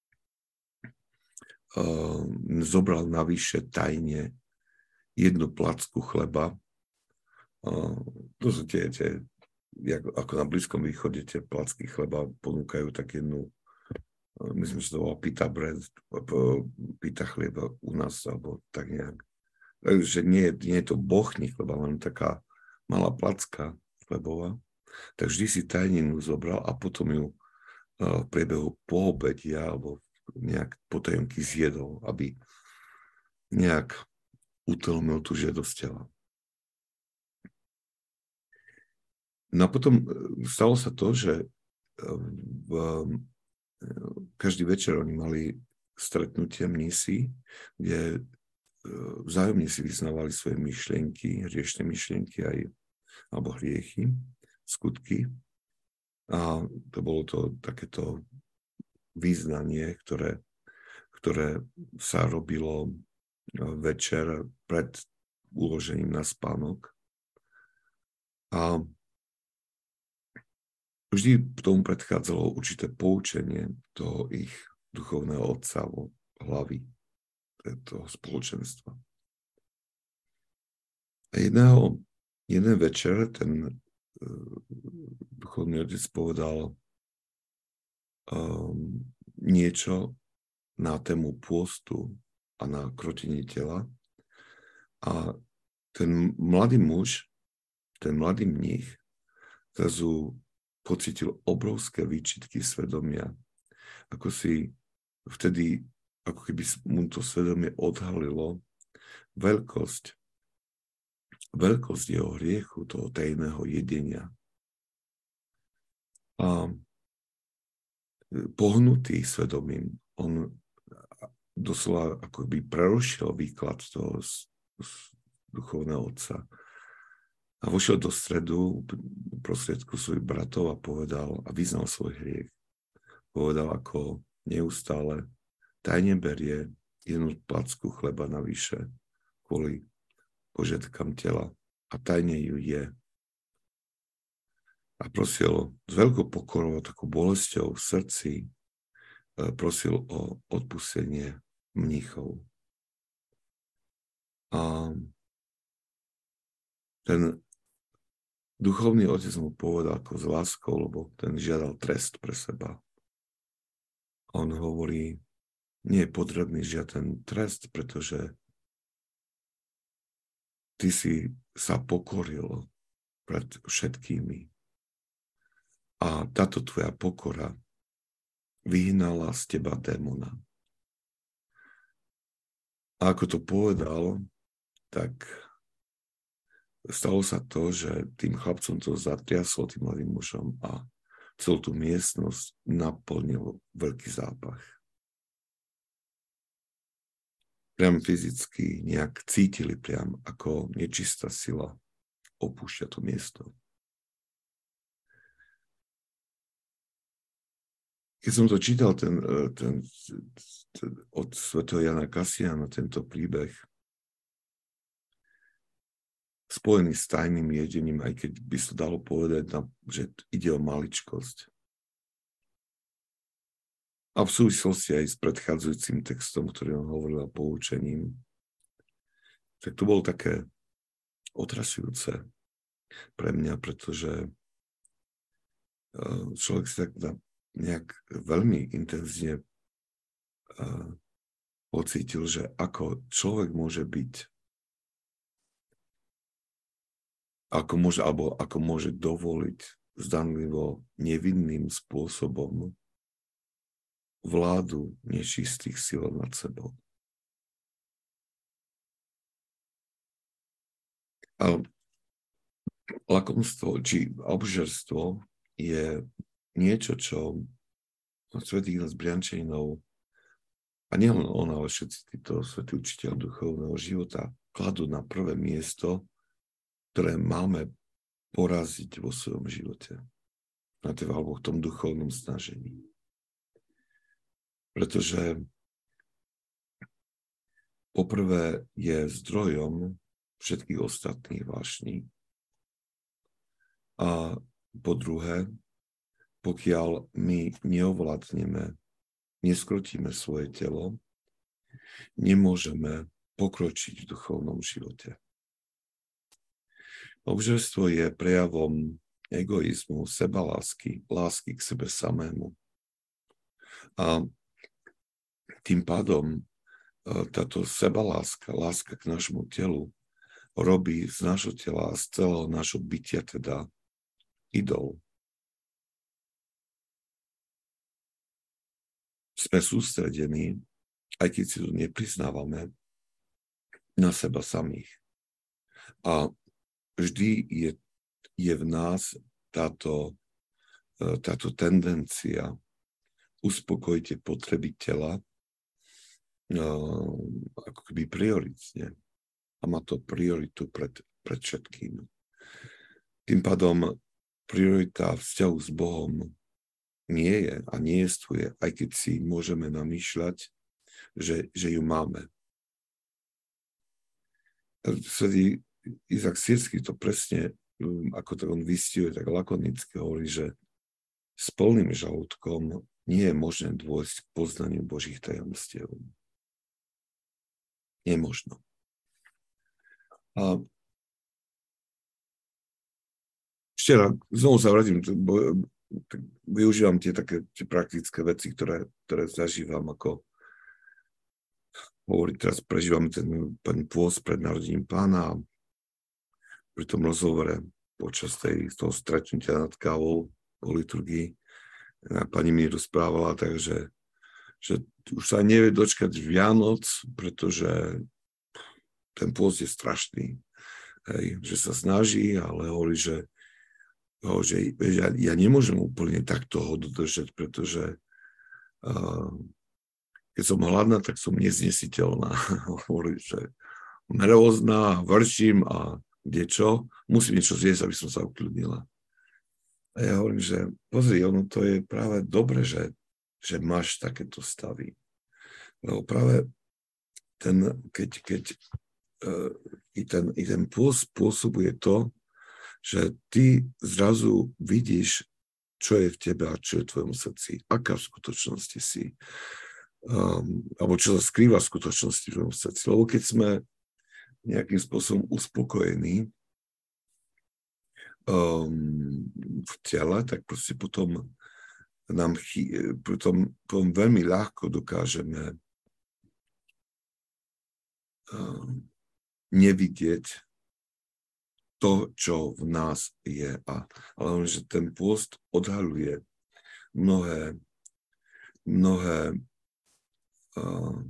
uh, zobral navyše tajne jednu placku chleba. Uh, to sú tie, tie ako na Blízkom východe, tie placky chleba ponúkajú tak jednu, uh, myslím, že to bola pita bread, pita chlieba u nás, alebo tak nejak. Že nie, nie je to bochní chleba, len taká malá placka chlebová. Tak vždy si tajninu zobral a potom ju uh, v priebehu poobedia alebo nejak potajomky zjedol, aby nejak utlmil tú žiadosť tela. No a potom stalo sa to, že v, každý večer oni mali stretnutie mnísi, kde vzájomne si vyznávali svoje myšlienky, hriešne myšlienky aj, alebo hriechy, skutky. A to bolo to takéto význanie, ktoré, ktoré sa robilo večer pred uložením na spánok. A vždy tomu predchádzalo určité poučenie toho ich duchovného otca vo hlavy toho spoločenstva. A jedného, jeden večer ten uh, duchovný otec povedal um, niečo na tému pôstu a na krotenie tela. A ten mladý muž, ten mladý mních, zrazu pocítil obrovské výčitky svedomia. Ako si vtedy, ako keby mu to svedomie odhalilo veľkosť, veľkosť jeho hriechu, toho tajného jedenia. A pohnutý svedomím, on doslova ako by prerušil výklad toho duchovného otca a vošiel do stredu prostriedku svojich bratov a povedal a vyznal svoj hriech. Povedal, ako neustále tajne berie jednu placku chleba navyše kvôli požiadkam tela a tajne ju je. A prosil s veľkou pokorou, takou bolesťou v srdci, prosil o odpustenie mníchov. A ten duchovný otec mu povedal ako s láskou, lebo ten žiadal trest pre seba. A on hovorí, nie je potrebný žiaden trest, pretože ty si sa pokoril pred všetkými. A táto tvoja pokora vyhnala z teba démona. A ako to povedal, tak stalo sa to, že tým chlapcom to zatriaslo, tým mladým mužom a celú tú miestnosť naplnil veľký zápach. Priam fyzicky nejak cítili priam, ako nečistá sila opúšťa to miesto. Keď som to čítal ten, ten, ten, od svätého Jana Kasiana, tento príbeh, spojený s tajným jedením, aj keď by sa dalo povedať, že ide o maličkosť. A v súvislosti aj s predchádzajúcim textom, ktorý on hovoril o poučením, tak to bolo také otrasujúce pre mňa, pretože človek si tak nejak veľmi intenzívne pocítil, že ako človek môže byť Ako môže, alebo ako môže dovoliť zdanlivo nevinným spôsobom vládu nečistých síl nad sebou. A lakomstvo, či obžerstvo je niečo, čo svätý Ignác Briančaninov, a nielen on, ale všetci títo svätí učiteľ duchovného života kladú na prvé miesto, ktoré máme poraziť vo svojom živote. Na tým, alebo v tom duchovnom snažení. Pretože poprvé je zdrojom všetkých ostatných vášní. A po druhé, pokiaľ my neovládneme, neskrotíme svoje telo, nemôžeme pokročiť v duchovnom živote. Obžerstvo je prejavom egoizmu, sebalásky, lásky k sebe samému. A tým pádom táto sebaláska, láska k nášmu telu robí z nášho tela a z celého nášho bytia teda idol. Sme sústredení, aj keď si to nepriznávame, na seba samých. A vždy je, je v nás táto, táto tendencia uspokojiť tie potreby tela ako keby prioritne. A má to prioritu pred, pred všetkým. Tým pádom priorita vzťahu s Bohom nie je a nie jestvuje, aj keď si môžeme namýšľať, že, že ju máme. Svätý Izák Sýrsky to presne, ako to on vystihuje, tak lakonicky hovorí, že s plným žalúdkom nie je možné dôjsť k poznaniu Božích tajomstiev. Nemožno. A ešte raz, znovu sa vrátim, bo využívam tie také tie praktické veci, ktoré, ktoré zažívam, ako hovorí, teraz prežívame ten, ten pôst pred narodením Pána. Pri tom rozhovore počas tej, toho stretnutia nad kávou po liturgii pani mi rozprávala, takže že už sa nevie dočkať Vianoc, pretože ten pôst je strašný. Hej, že sa snaží, ale hovorí, že, ho, že ja, ja nemôžem úplne takto ho dodržať, pretože uh, keď som hladná, tak som neznesiteľná. Hovorí, že nervózna, vrčím a kdečo, musím niečo zjesť, aby som sa ukľudnila. A ja hovorím, že pozri, ono to je práve dobre, že, že máš takéto stavy. Lebo práve ten, keď, keď uh, i ten, i ten pôst spôsobuje to, že ty zrazu vidíš, čo je v tebe a čo je v tvojom srdci, aká v skutočnosti si. Um, alebo čo sa skrýva v skutočnosti v tvojom srdci. Lebo keď sme nejakým spôsobom uspokojení um, v tele, tak proste potom nám chy, potom, potom veľmi ľahko dokážeme um, nevidieť to, čo v nás je. A, ale že ten pôst odhaľuje mnohé, mnohé uh,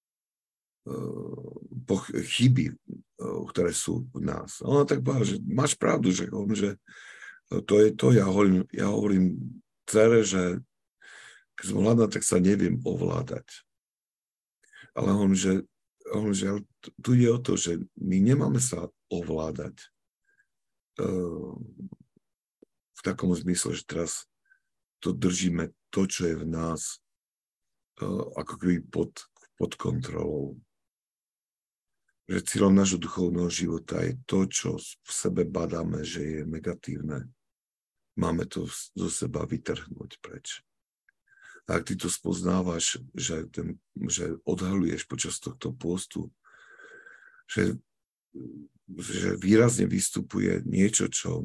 uh, chyby, uh, ktoré sú v nás. Ona tak povedala, že máš pravdu, že, že to je to, ja hovorím, ja hovorím dcere, že keď som mladá, tak sa neviem ovládať. Ale on, že, on, že tu je o to, že my nemáme sa ovládať uh, v takom zmysle, že teraz to držíme to, čo je v nás, uh, ako keby pod, pod kontrolou. Že cieľom nášho duchovného života je to, čo v sebe badáme, že je negatívne. Máme to zo seba vytrhnúť preč. A ak ty to spoznávaš, že, ten, že odhaľuješ počas tohto pôstu, že, že výrazne vystupuje niečo, čo,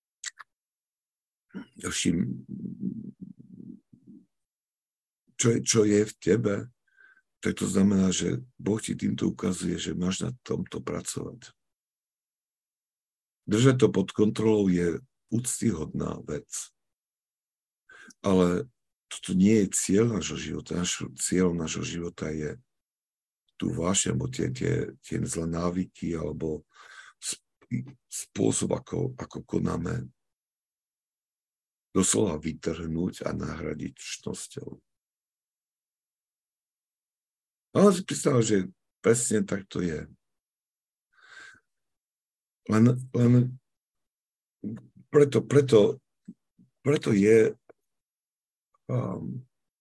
čo, čo je v tebe, tak to znamená, že Boh ti týmto ukazuje, že máš na tomto pracovať. Držať to pod kontrolou je úctyhodná vec. Ale toto nie je cieľ nášho života. Náš, cieľ nášho života je tu vášne, alebo tie, tie, tie zlé návyky, alebo spôsob, ako, ako konáme, doslova vytrhnúť a nahradiť čnosťou. Ale si predstav, že presne tak to je. Len, len preto, preto, preto je um,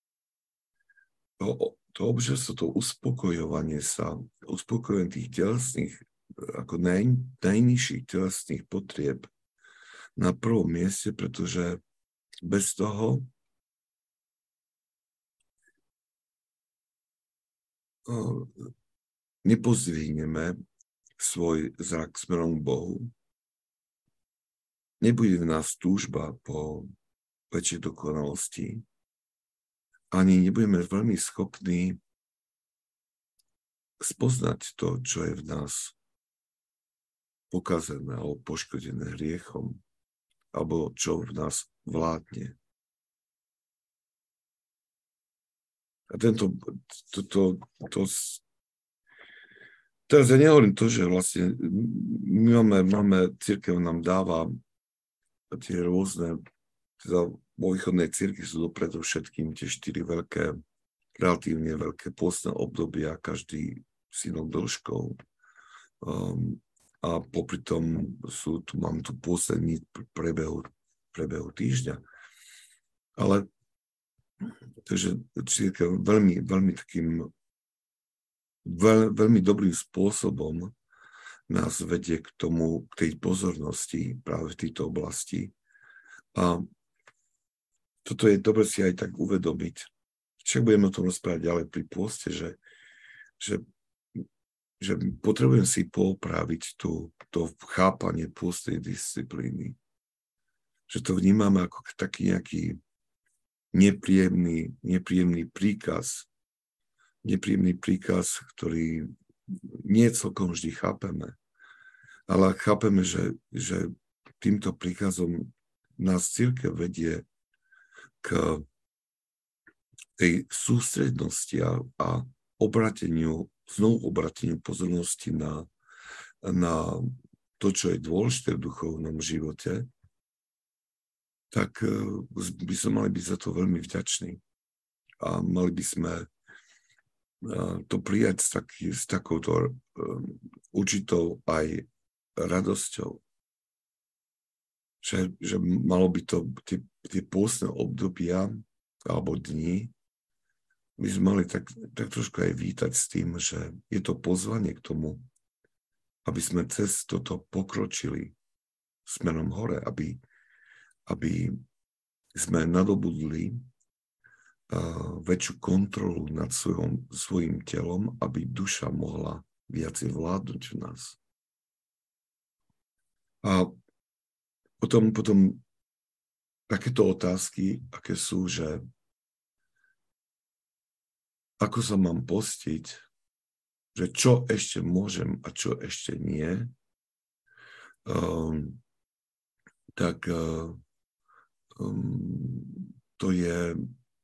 to, to obžerstvo, to uspokojovanie sa, uspokojenie tých telesných, ako naj, najnižších telesných potrieb na prvom mieste, pretože bez toho nepozdvihneme svoj zrak smerom k Bohu, nebude v nás túžba po väčšej dokonalosti, ani nebudeme veľmi schopní spoznať to, čo je v nás pokazené alebo poškodené hriechom, alebo čo v nás vládne. A tento, to, to, to, teraz ja nehovorím to, že vlastne my máme, máme cirkev nám dáva tie rôzne, teda vo východnej cirkvi sú to predovšetkým tie štyri veľké, relatívne veľké pôstne obdobia, každý s inou dĺžkou. Um, a popri tom sú, tu mám tu poslední prebehu, prebehu týždňa. Ale takže cirkev veľmi, veľmi takým veľ, veľmi dobrým spôsobom nás vedie k tomu, k tej pozornosti práve v tejto oblasti. A toto je dobre si aj tak uvedomiť. Však budeme o tom rozprávať ďalej pri pôste, že, že, že potrebujem si poopraviť tú, to chápanie pôstnej disciplíny. Že to vnímame ako taký nejaký nepríjemný, nepríjemný príkaz, nepríjemný príkaz, ktorý nie celkom vždy chápeme, ale chápeme, že, že týmto príkazom nás cirkev vedie k tej sústrednosti a, a obrateniu, znovu obrateniu pozornosti na, na to, čo je dôležité v duchovnom živote, tak by sme mali byť za to veľmi vďační. A mali by sme to prijať s, taký, s takouto um, určitou aj radosťou. Že, že malo by to, tie, tie pôstne obdobia alebo dni, by sme mali tak, tak trošku aj vítať s tým, že je to pozvanie k tomu, aby sme cez toto pokročili smerom hore, aby, aby sme nadobudli väčšiu kontrolu nad svojom, svojim telom, aby duša mohla viacej vládnuť v nás. A potom, potom takéto otázky, aké sú, že ako sa mám postiť, že čo ešte môžem a čo ešte nie, um, tak um, to je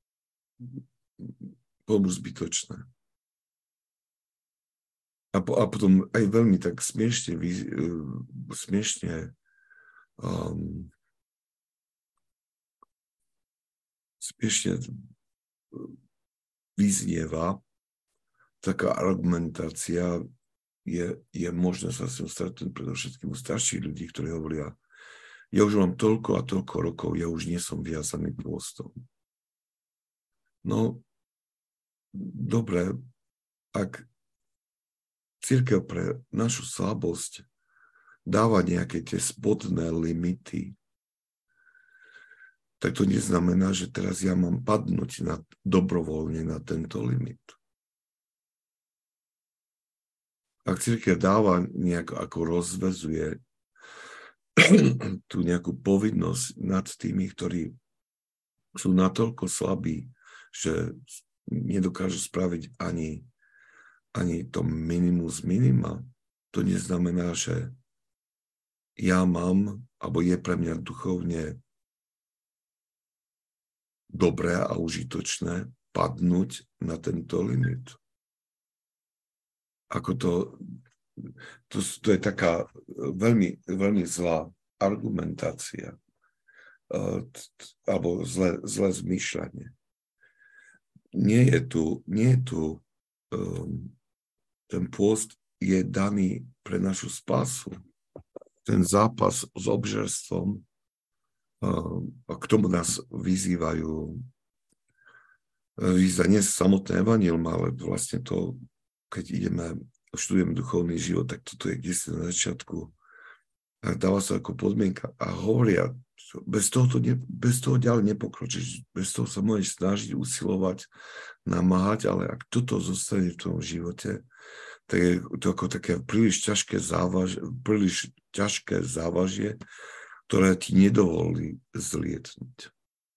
pomoc zbytočné. A, po, a potom aj veľmi tak smiešne, smiešne um, smiešne vyznieva taká argumentácia, je, je možné sa s tým stretnúť predovšetkým u starších ľudí, ktorí hovoria, ja už mám toľko a toľko rokov, ja už nie som viazaný pôstom. No, dobre, ak cirkev pre našu slabosť dáva nejaké tie spodné limity, tak to neznamená, že teraz ja mám padnúť na, dobrovoľne na tento limit. Ak cirkev dáva nejako, ako rozvezuje tú nejakú povinnosť nad tými, ktorí sú natoľko slabí, že nedokážu spraviť ani, ani to minimum z minima. To neznamená, že ja mám, alebo je pre mňa duchovne dobré a užitočné padnúť na tento limit. Ako to, to, to je taká veľmi, veľmi zlá argumentácia alebo zlé, zlé zmýšľanie. Nie je tu, nie je tu um, ten pôst je daný pre našu spásu. Ten zápas s obžerstvom, um, a k tomu nás vyzývajú vyzýva nie samotné evanjelium, ale vlastne to, keď ideme, študujeme duchovný život, tak toto je kdesi na začiatku. A dáva sa ako podmienka. A hovoria Bez toho, to ne, bez toho ďalej nepokročíš, bez toho sa môžeš snažiť, usilovať, namáhať, ale ak toto zostane v tom živote, tak je to ako také príliš ťažké závaž, príliš ťažké závažie, ktoré ti nedovolí zlietnúť.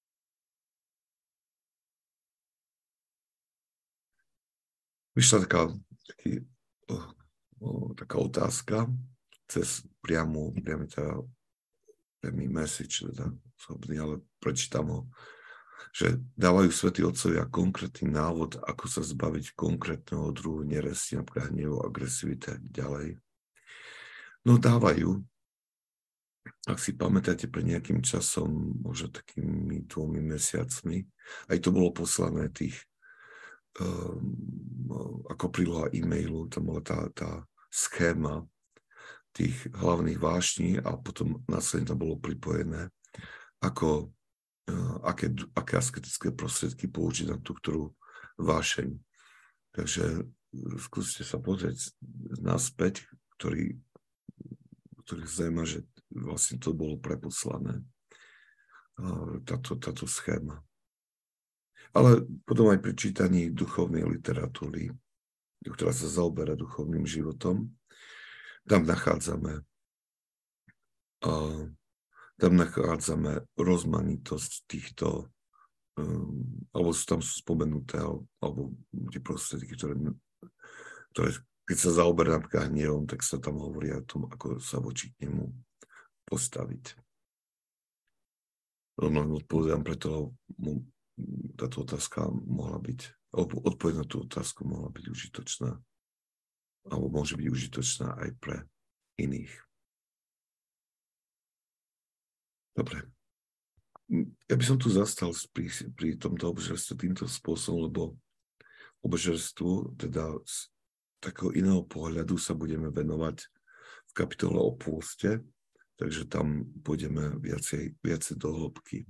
Vyšla taká, taký, oh, oh, taká otázka cez priamu, priamy, teda, priamy message, teda, ale prečítam ho, že dávajú svätí otcovia konkrétny návod, ako sa zbaviť konkrétneho druhu neresti, napríklad hnevu, agresivity a ďalej. No dávajú. Ak si pamätáte, pred nejakým časom, možno takými dvomi mesiacmi, aj to bolo poslané tých Um, ako príloha e-mailu, tam bola tá, tá schéma tých hlavných vášní a potom následne tam bolo pripojené, ako, uh, aké, aké asketické prostriedky použiť na tú ktorú vášeň. Takže skúste sa pozrieť naspäť, ktorý, ktorý zaujíma, že vlastne to bolo preposlané, uh, táto, táto schéma. Ale potom aj pri čítaní duchovnej literatúry, ktorá sa zaoberá duchovným životom, tam nachádzame, uh, tam nachádzame rozmanitosť týchto, um, alebo sú tam spomenuté, alebo tie prostriedky, ktoré, ktoré keď sa zaoberá napríklad hnevom, tak sa tam hovorí o tom, ako sa voči k nemu postaviť. Len odpovedám, preto táto otázka mohla byť, odpoveď na tú otázku mohla byť užitočná, alebo môže byť užitočná aj pre iných. Dobre. Ja by som tu zastal pri, pri tomto obžerstve týmto spôsobom, lebo obžerstvu, teda z takého iného pohľadu sa budeme venovať v kapitole o pôste, takže tam pôjdeme viacej, viacej do hĺbky.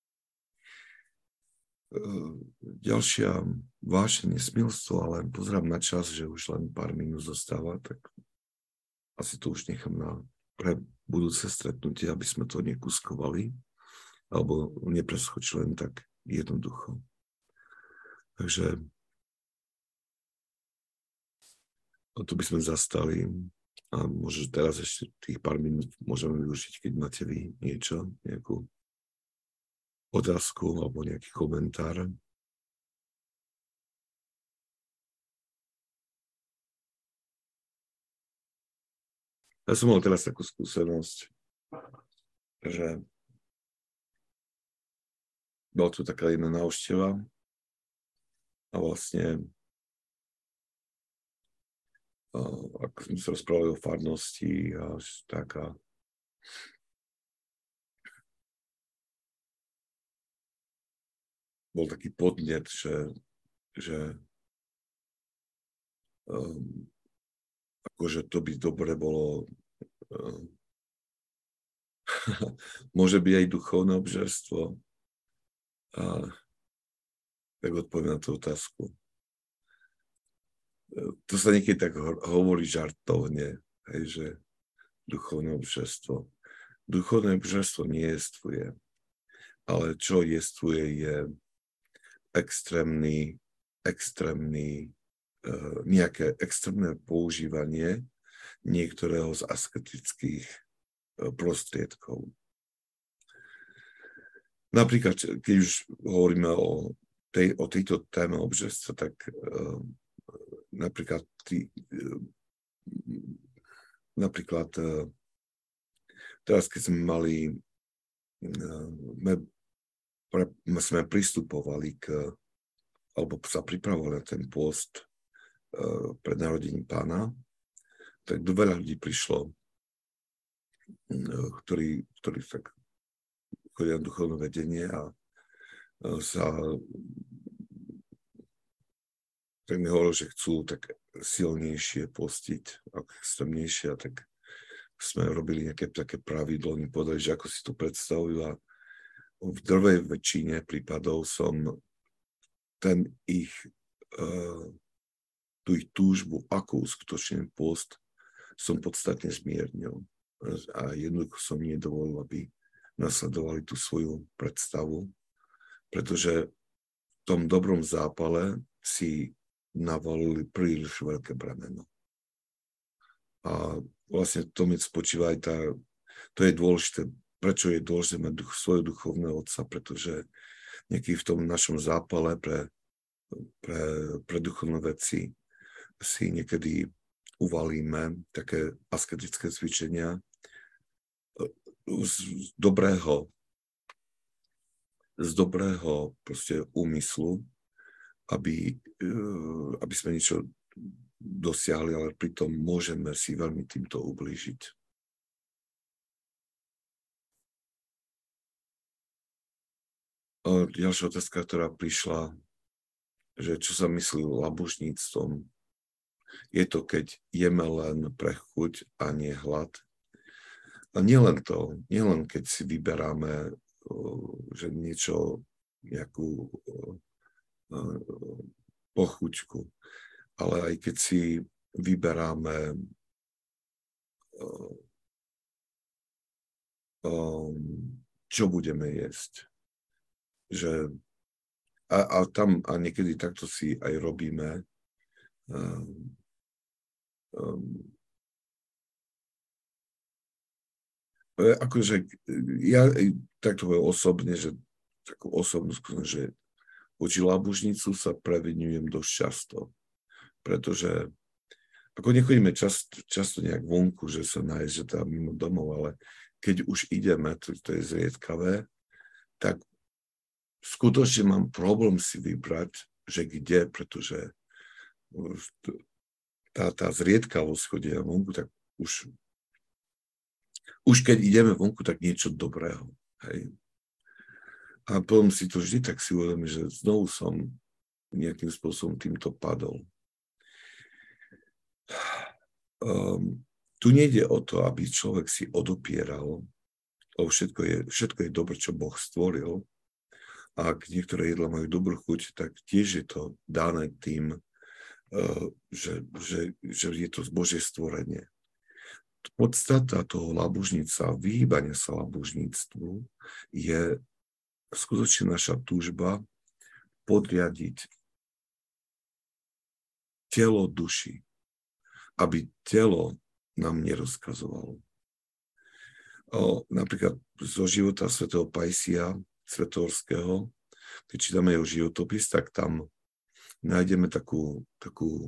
Ďalšia vášeň je smilstvo, ale pozerám na čas, že už len pár minút zostáva, tak asi to už nechám na pre budúce stretnutie, aby sme to nekuskovali, alebo nepreskočili len tak jednoducho. Takže tu by sme zastali a možno teraz ešte tých pár minút môžeme využiť, keď máte vy niečo, nejakú otázku alebo nejaký komentár. Ja som mal teraz takú skúsenosť, že bola tu taká jedna návšteva a vlastne ako sme sa rozprávali o farnosti a taká bol taký podnet, že, že um, akože to by dobre bolo um, môže byť aj duchovné obžerstvo. A tak odpoviem na tú otázku. To sa niekedy tak hovorí žartovne, hej, že duchovné obžerstvo. Duchovné obžerstvo nie jestvuje, ale čo jestvuje je extrémny, extrémny, uh, nejaké extrémne používanie niektorého z asketických uh, prostriedkov. Napríklad, keď už hovoríme o, tej, o tejto téme obžerstva, tak uh, napríklad, tý, uh, napríklad uh, teraz, keď sme mali uh, Pre, sme pristupovali k, alebo sa pripravovali na ten pôst uh, pred narodením Pána, tak do veľa ľudí prišlo, uh, ktorí, ktorí tak chodia na duchovné vedenie a uh, sa tak mi hovorili, že chcú tak silnejšie postiť, ako extrémnejšie, a tak sme robili nejaké také pravidlo, oni povedali, že ako si to predstavujú, a v drvej väčšine prípadov som ten ich, uh, tú ich túžbu, ako uskutočnený pôst, som podstatne zmiernil. A jednoducho som nedovolil, aby nasledovali tú svoju predstavu, pretože v tom dobrom zápale si navalili príliš veľké bremeno. A vlastne to mi spočíva aj tá, to je dôležité, prečo je dôležité mať duch, svojho duchovného otca, pretože nieký v tom našom zápale pre, pre, pre duchovné veci si niekedy uvalíme také asketické cvičenia z dobrého, z dobrého proste úmyslu, aby, aby sme niečo dosiahli, ale pritom môžeme si veľmi týmto ublížiť. A ďalšia otázka, ktorá prišla, že čo sa myslí labužníctvom. Je to, keď jeme len pre chuť a nie hlad. A nielen to, nielen keď si vyberáme, že niečo, nejakú pochuťku, ale aj keď si vyberáme čo budeme jesť. Že, a, a tam a niekedy takto si aj robíme um, um, akože ja takto poviem osobne, že takú osobnú skúsenosť, že voči labužnicu sa previnujem dosť často, pretože ako nechodíme často, často nejak vonku, že sa nájsť, že tam mimo domov, ale keď už ideme, to, to je zriedkavé, tak skutočne mám problém si vybrať, že kde, pretože tá, tá zriedkavosť chodia vonku, tak už Už keď ideme vonku, tak niečo dobrého. Hej. A potom si to vždy tak si uvedomím, že znovu som nejakým spôsobom týmto padol. Um, tu nejde o to, aby človek si odopieral, lebo všetko je, všetko je dobre, čo Boh stvoril. A ak niektoré jedlá majú dobrú chuť, tak tiež je to dané tým, uh, že, že, že je to Božie stvorenie. Podstata toho labužníctva, vyhýbania sa labužníctvu je skutočne naša túžba podriadiť telo duši, aby telo nám nerozkazovalo. O, napríklad zo života svätého Pajsia Svetorského, keď čítame jeho životopis, tak tam nájdeme takú, takú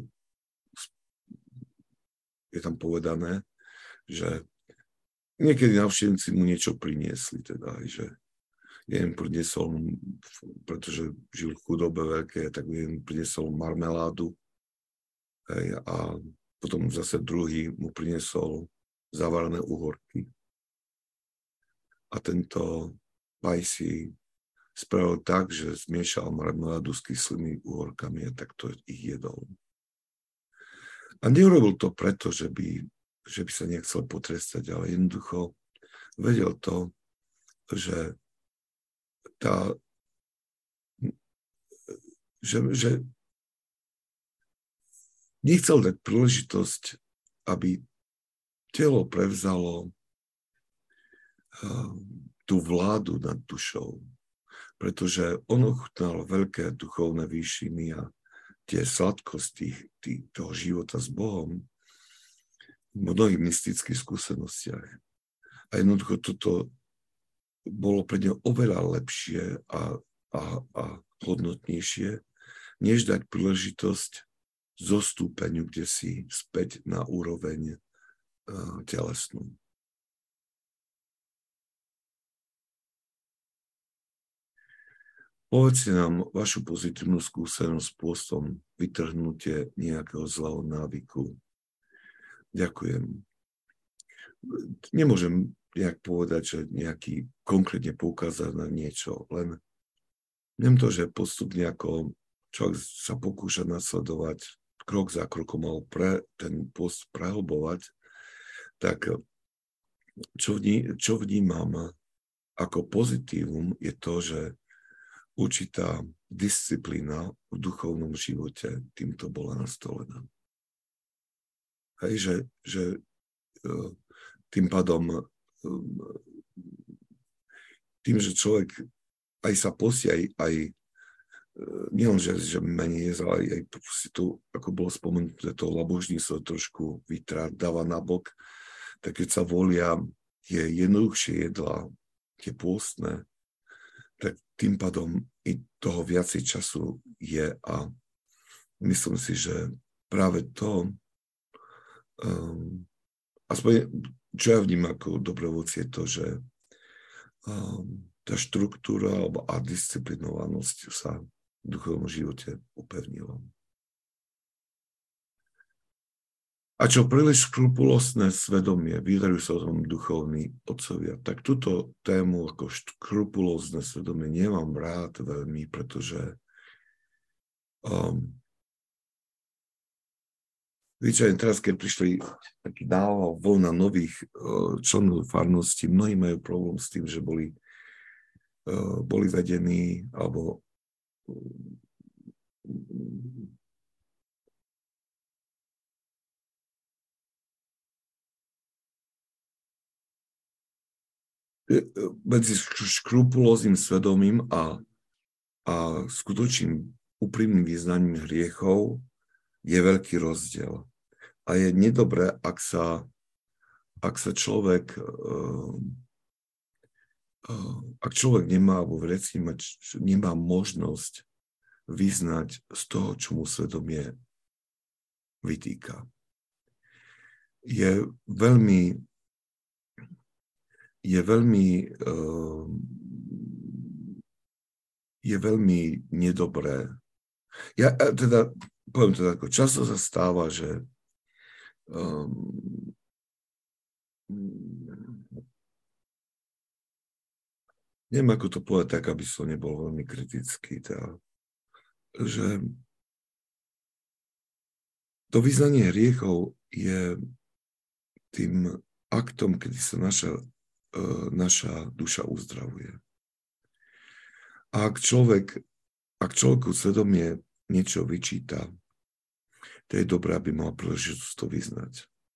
je tam povedané, že niekedy návštevníci mu niečo priniesli, teda, že jeden priniesol, pretože žil v chudobe veľké, tak jeden priniesol marmeládu, hej, a potom zase druhý mu priniesol zavarené uhorky. A tento Pajsi spravil tak, že zmiešal marmeládu s kyslými uhorkami a takto ich jedol. A neurobil to preto, že by že by sa nechcel potrestať, ale jednoducho vedel to, že tá, že, že nechcel dať príležitosť, aby telo prevzalo uh, tú vládu nad dušou, pretože on ochutnal veľké duchovné výšiny a tie sladkosti tých, toho života s Bohom v mnohých mystických skúsenostiach. A jednoducho toto bolo pre neho oveľa lepšie a, a, a hodnotnejšie, než dať príležitosť zostúpeniu kde si späť na úroveň uh, telesnú. Povedzte nám vašu pozitívnu skúsenosť s pôstom vytrhnutie nejakého zlého návyku. Ďakujem. Nemôžem nejak povedať, že nejaký konkrétne poukázať na niečo, len viem to, že postupne ako človek sa pokúša nasledovať krok za krokom alebo pre ten post prehlbovať, tak čo, vní, čo vnímam ako pozitívum je to, že určitá disciplína v duchovnom živote týmto bola nastolená. Hej, že, že tým pádom tým, že človek aj sa postí, aj, aj nielen, že, že menej, ale aj si tu, ako bolo spomenuté, to labožníctvo trošku vytrá, dáva nabok, tak keď sa volia tie jednoduchšie jedlá, tie pôstne, tak tým pádom i toho viacej času je a myslím si, že práve to, um, aspoň čo ja vnímam ako dobrovoľci je to, že um, tá štruktúra a disciplinovanosť sa v duchovnom živote upevnila. A čo príliš škrupulózne svedomie, vyjadrujú sa o tom duchovní otcovia, tak túto tému ako škrupulózne svedomie nemám rád veľmi, pretože um, zvyčajne teraz, keď prišli taký nával vlna nových uh, členov farnosti, mnohí majú problém s tým, že boli, uh, boli vedení alebo medzi škrupulóznym svedomím a, a skutočným úprimným vyznaním hriechov je veľký rozdiel. A je nedobré, ak sa, ak sa človek uh, uh, ak človek nemá alebo veci nemá možnosť vyznať z toho, čo mu svedomie vytýka. Je veľmi je veľmi uh, je veľmi nedobré. Ja teda, poviem to tako, často sa stáva, že um, neviem, ako to povedať tak, aby som nebol veľmi kritický, teda, že to vyznanie hriechov je tým aktom, kedy sa naša, uh, naša duša uzdravuje. A ak človek, ak človeku svedomie niečo vyčíta, to je dobré, aby mal príležitosť to vyznať.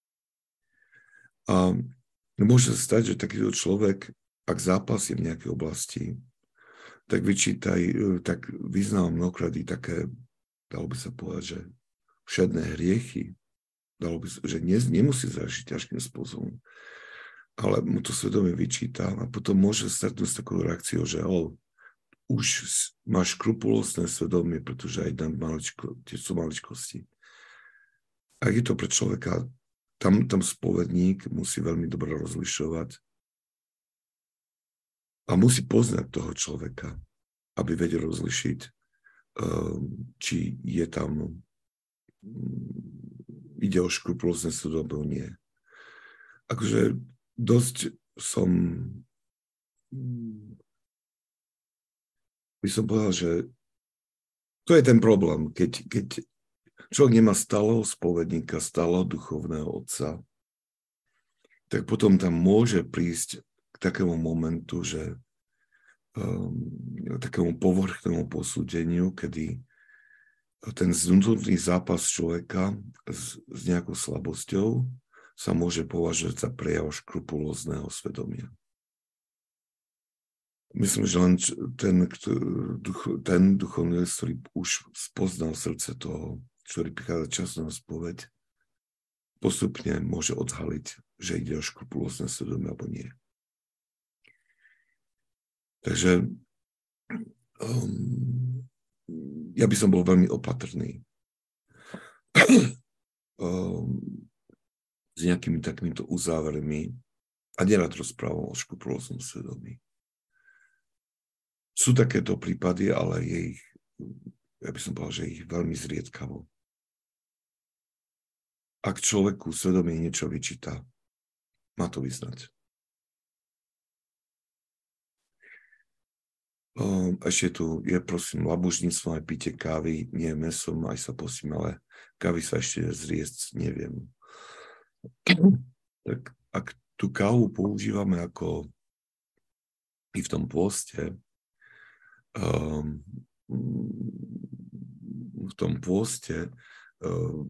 A môže sa stať, že takýto človek, ak zápasí v nejakej oblasti, tak vyčítaj, tak vyznáva mnohokrát i také, dalo by sa povedať, že všedné hriechy, dalo by sa, že ne, nemusí zažiť ťažkým spôsobom, ale mu to svedomie vyčíta a potom môže stretnúť s takou reakciou, že oh, už máš škrupulózne svedomie, pretože aj tam maličko, tie sú maličkosti. Ak je to pre človeka, tam, tam spovedník musí veľmi dobre rozlišovať a musí poznať toho človeka, aby vedel rozlišiť, či je tam, ide o škrupulózne svedomie, nie. Akože dosť som, by som povedal, že to je ten problém, keď, keď človek nemá stáleho spovedníka, stáleho duchovného otca, tak potom tam môže prísť k takému momentu, že um, takému povrchnému posúdeniu, kedy ten vnútorný zápas človeka s, s nejakou slabosťou sa môže považovať za prejav škrupulózneho svedomia. Myslím, že len ten, ten duchovný, ktorý už spoznal srdce toho, ktorý prichádza časom na spoveď, postupne môže odhaliť, že ide o škrupulózne svedomie alebo nie. Takže um, ja by som bol veľmi opatrný um, s nejakými takýmito uzávermi a nerad rozprávam o škrupulóznom svedomí. Sú takéto prípady, ale je ich, ja by som povedal, že ich veľmi zriedkavo. Ak človeku svedomie niečo vyčíta, má to vyznať. Ešte tu je, prosím, labužníctvo, aj pite kávy, nie mesom, aj sa posím, ale kávy sa ešte zriecť neviem. Tak ak tú kávu používame ako i v tom pôste, um, v tom pôste um,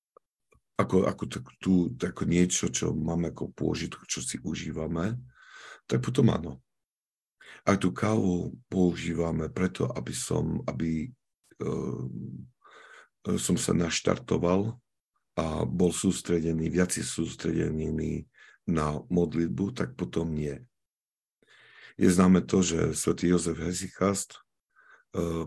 ako, ako, tak, tú, ako niečo, čo máme ako pôžitku, čo si užívame, tak potom áno. Ak tú kávu používame preto, aby som, aby, uh, som sa naštartoval a bol sústredený, viac sústredený na modlitbu, tak potom nie. Je známe to, že svätý Jozef Hesychast uh,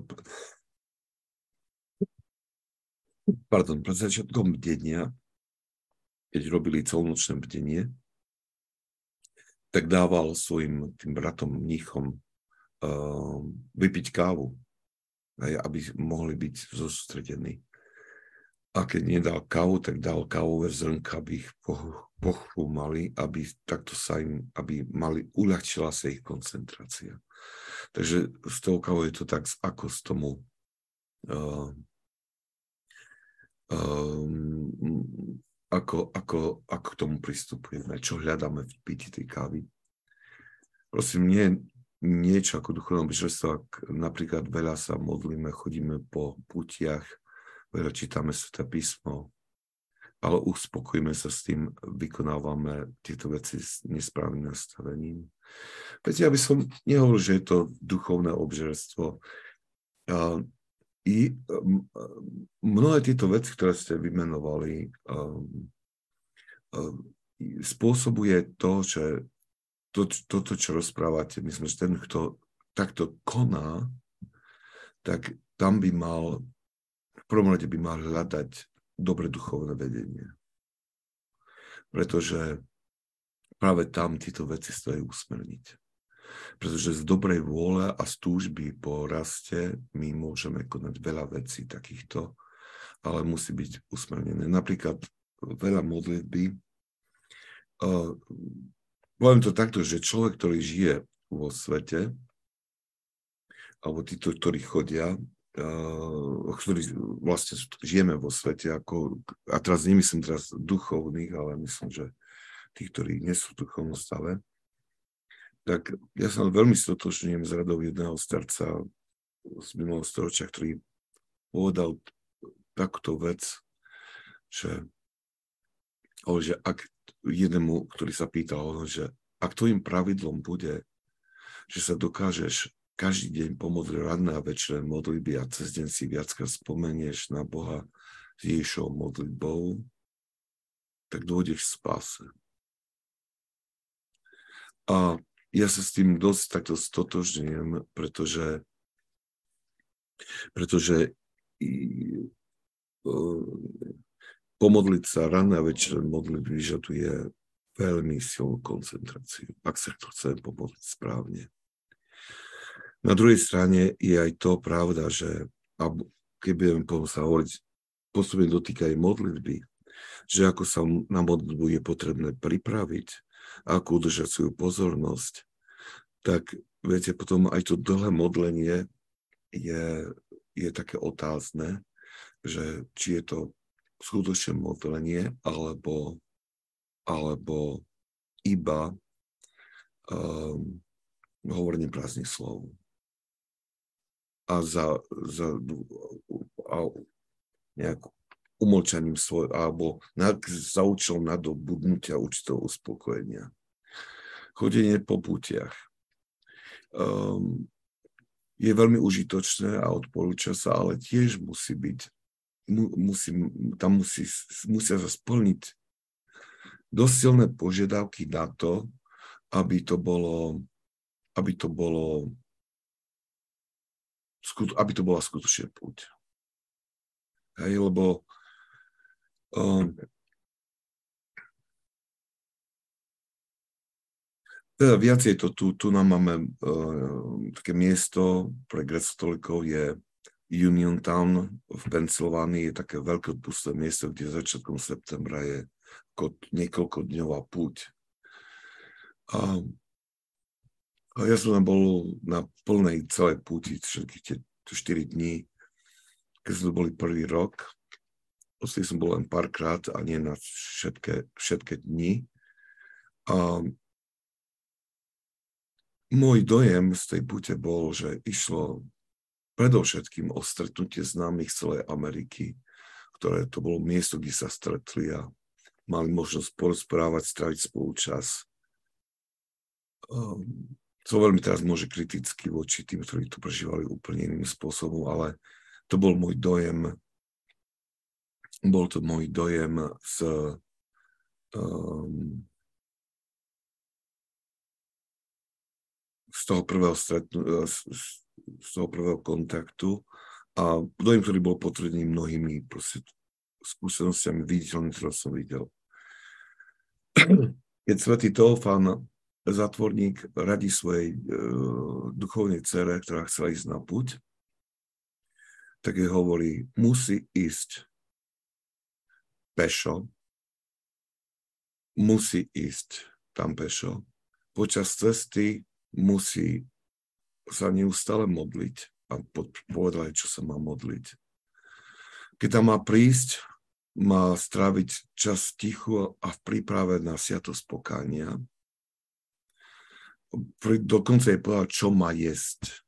pardon, pred začiatkom bdenia, keď robili celonočné bdenie, tak dával svojim tým bratom mníchom uh, vypiť kávu, aj, aby mohli byť zostredení. A keď nedal kávu, tak dal kávové zrnka, aby ich pochúmali, aby takto sa im, aby mali, uľahčila sa ich koncentrácia. Takže s tou kávou je to tak, ako z tomu uh, um, ako, ako, ako k tomu pristupujeme, čo hľadáme v pití tej kávy. Prosím, nie niečo ako duchovné obyčajstvo, ak napríklad veľa sa modlíme, chodíme po putiach, veľa čítame Sväté písmo, ale uspokojíme sa s tým, vykonávame tieto veci s nesprávnym nastavením. Viete, ja by som nehovoril, že je to duchovné obžerstvo. I mnohé tieto veci, ktoré ste vymenovali, spôsobuje to, že to, toto, čo rozprávate, myslím, že ten, kto takto koná, tak tam by mal, v prvom rade by mal hľadať dobre duchovné vedenie. Pretože práve tam tieto veci stojí usmerniť. Pretože z dobrej vôle a z túžby po raste my môžeme konať veľa vecí takýchto, ale musí byť usmernené. Napríklad veľa modlitby. Uh, poviem to takto, že človek, ktorý žije vo svete, alebo títo, ktorí chodia, uh, ktorí vlastne žijeme vo svete, ako, a teraz nemyslím teraz duchovných, ale myslím, že tí, ktorí nie sú v duchovnom stave, tak ja sa veľmi stotožňujem s radou jedného starca z minulého storočia, ktorý povedal takúto vec, že, že ak jednému, ktorý sa pýtal, že ak tvojim pravidlom bude, že sa dokážeš každý deň pomodliť ranné a večerné modlitby a cez deň si viackrát spomenieš na Boha s Ježišovou modlitbou, tak dôjdeš v spáse. A ja sa s tým dosť takto stotožňujem, pretože, pretože pomodliť sa ráno a večer modliť vyžaduje veľmi silnú koncentráciu, ak sa to chce pomodliť správne. Na druhej strane je aj to pravda, že keď budeme sa hovoriť, postupne dotýka aj modlitby, že ako sa na modlitbu je potrebné pripraviť, ako udržať svoju pozornosť, tak viete, potom aj to dlhé modlenie je, je také otázne, že či je to skutočné modlenie, alebo, alebo iba um, hovorenie prázdnych slov. A za, za a nejakú umlčaním svoj, alebo nad, za účelom nadobudnutia určitého uspokojenia. Chodenie po pútiach um, je veľmi užitočné a odporúča sa, ale tiež musí byť, mu, musí, tam musí, musia sa splniť dosť silné požiadavky na to, aby to bolo, aby to bolo, aby to bola skutočne púť. Hej, lebo um, teda viacej to tu, tu nám máme uh, také miesto pre gréckokatolíkov je Uniontown v Pensylvánii, je také veľké pusté miesto, kde začiatkom septembra je niekoľkodňová púť. A, a ja som tam bol na plnej celej púti všetky tie štyri dní, keď sme boli prvý rok. Vlastne som bol len párkrát a nie na všetké, všetké dni. A môj dojem z tej púte bol, že išlo predovšetkým o stretnutie známych z celej Ameriky, ktoré to bolo miesto, kde sa stretli a mali možnosť porozprávať, stráviť spolu čas. um, som veľmi teraz môže kriticky voči tým, ktorí to prežívali úplne iným spôsobom, ale to bol môj dojem, bol to môj dojem z, um, z toho prvého stretnu, z, z toho prvého kontaktu a dojem, ktorý bol potvrdený mnohými proste skúsenostiami viditeľnými, ktoré som videl. Keď svätý Teofán, zatvorník, radí svojej e, duchovnej dcere, ktorá chcela ísť na púť, tak jej hovorí, musí ísť pešo, musí ísť tam pešo. Počas cesty musí sa neustále modliť a povedať, čo sa má modliť. Keď tam má prísť, má stráviť čas tichu a v príprave na sviatosť pokánia. Dokonca jej povedal, čo má jesť.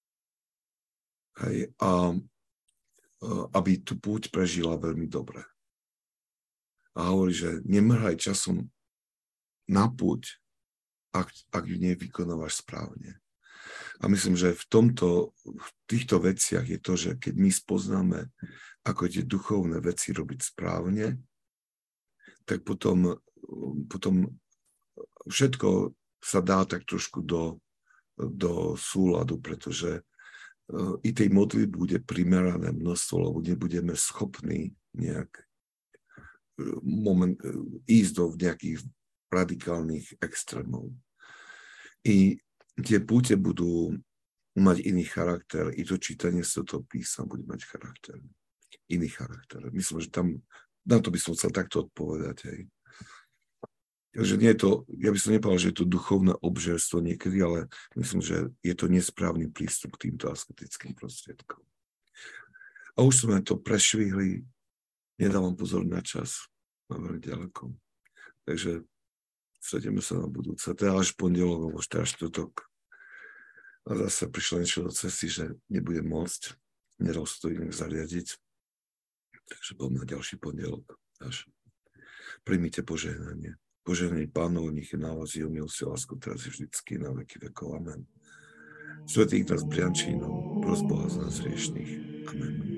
Hej, a aby tú púť prežila veľmi dobre. A hovorí, že nemrhaj časom na púť, ak, ak ju nevykonávaš správne. A myslím, že v tomto, v týchto veciach je to, že keď my spoznáme, ako tie duchovné veci robiť správne, tak potom, potom všetko sa dá tak trošku do, do súladu, pretože i tej modlitby bude primerané množstvo, lebo nebudeme schopní nejak moment, ísť do nejakých radikálnych extrémov. I tie púte budú mať iný charakter, i to čítanie Svätého písma bude mať charakter, iný charakter. Myslím, že tam, na to by som chcel takto odpovedať. Hej. Takže nie je to, ja by som nepovedal, že je to duchovné obžerstvo niekedy, ale myslím, že je to nesprávny prístup k týmto asketickým prostriedkom. A už sme to prešvihli, nedávam pozor na čas, mám veľmi ďaleko. Takže stretneme sa na budúce. Teda až pondelok, alebo teda štvrtok. A zase prišlo niečo do cesty, že nebudem môcť, nedal sa to inak zariadiť. Takže poďme na ďalší pondelok. Až príjmite požehnanie. Požehnanie Pánov, nech je na vás jeho milosť a lásku teraz je vždycky na veky vekov. Amen. Svätý Ignác Briančínov, pros Boha za nás hriešných. Amen.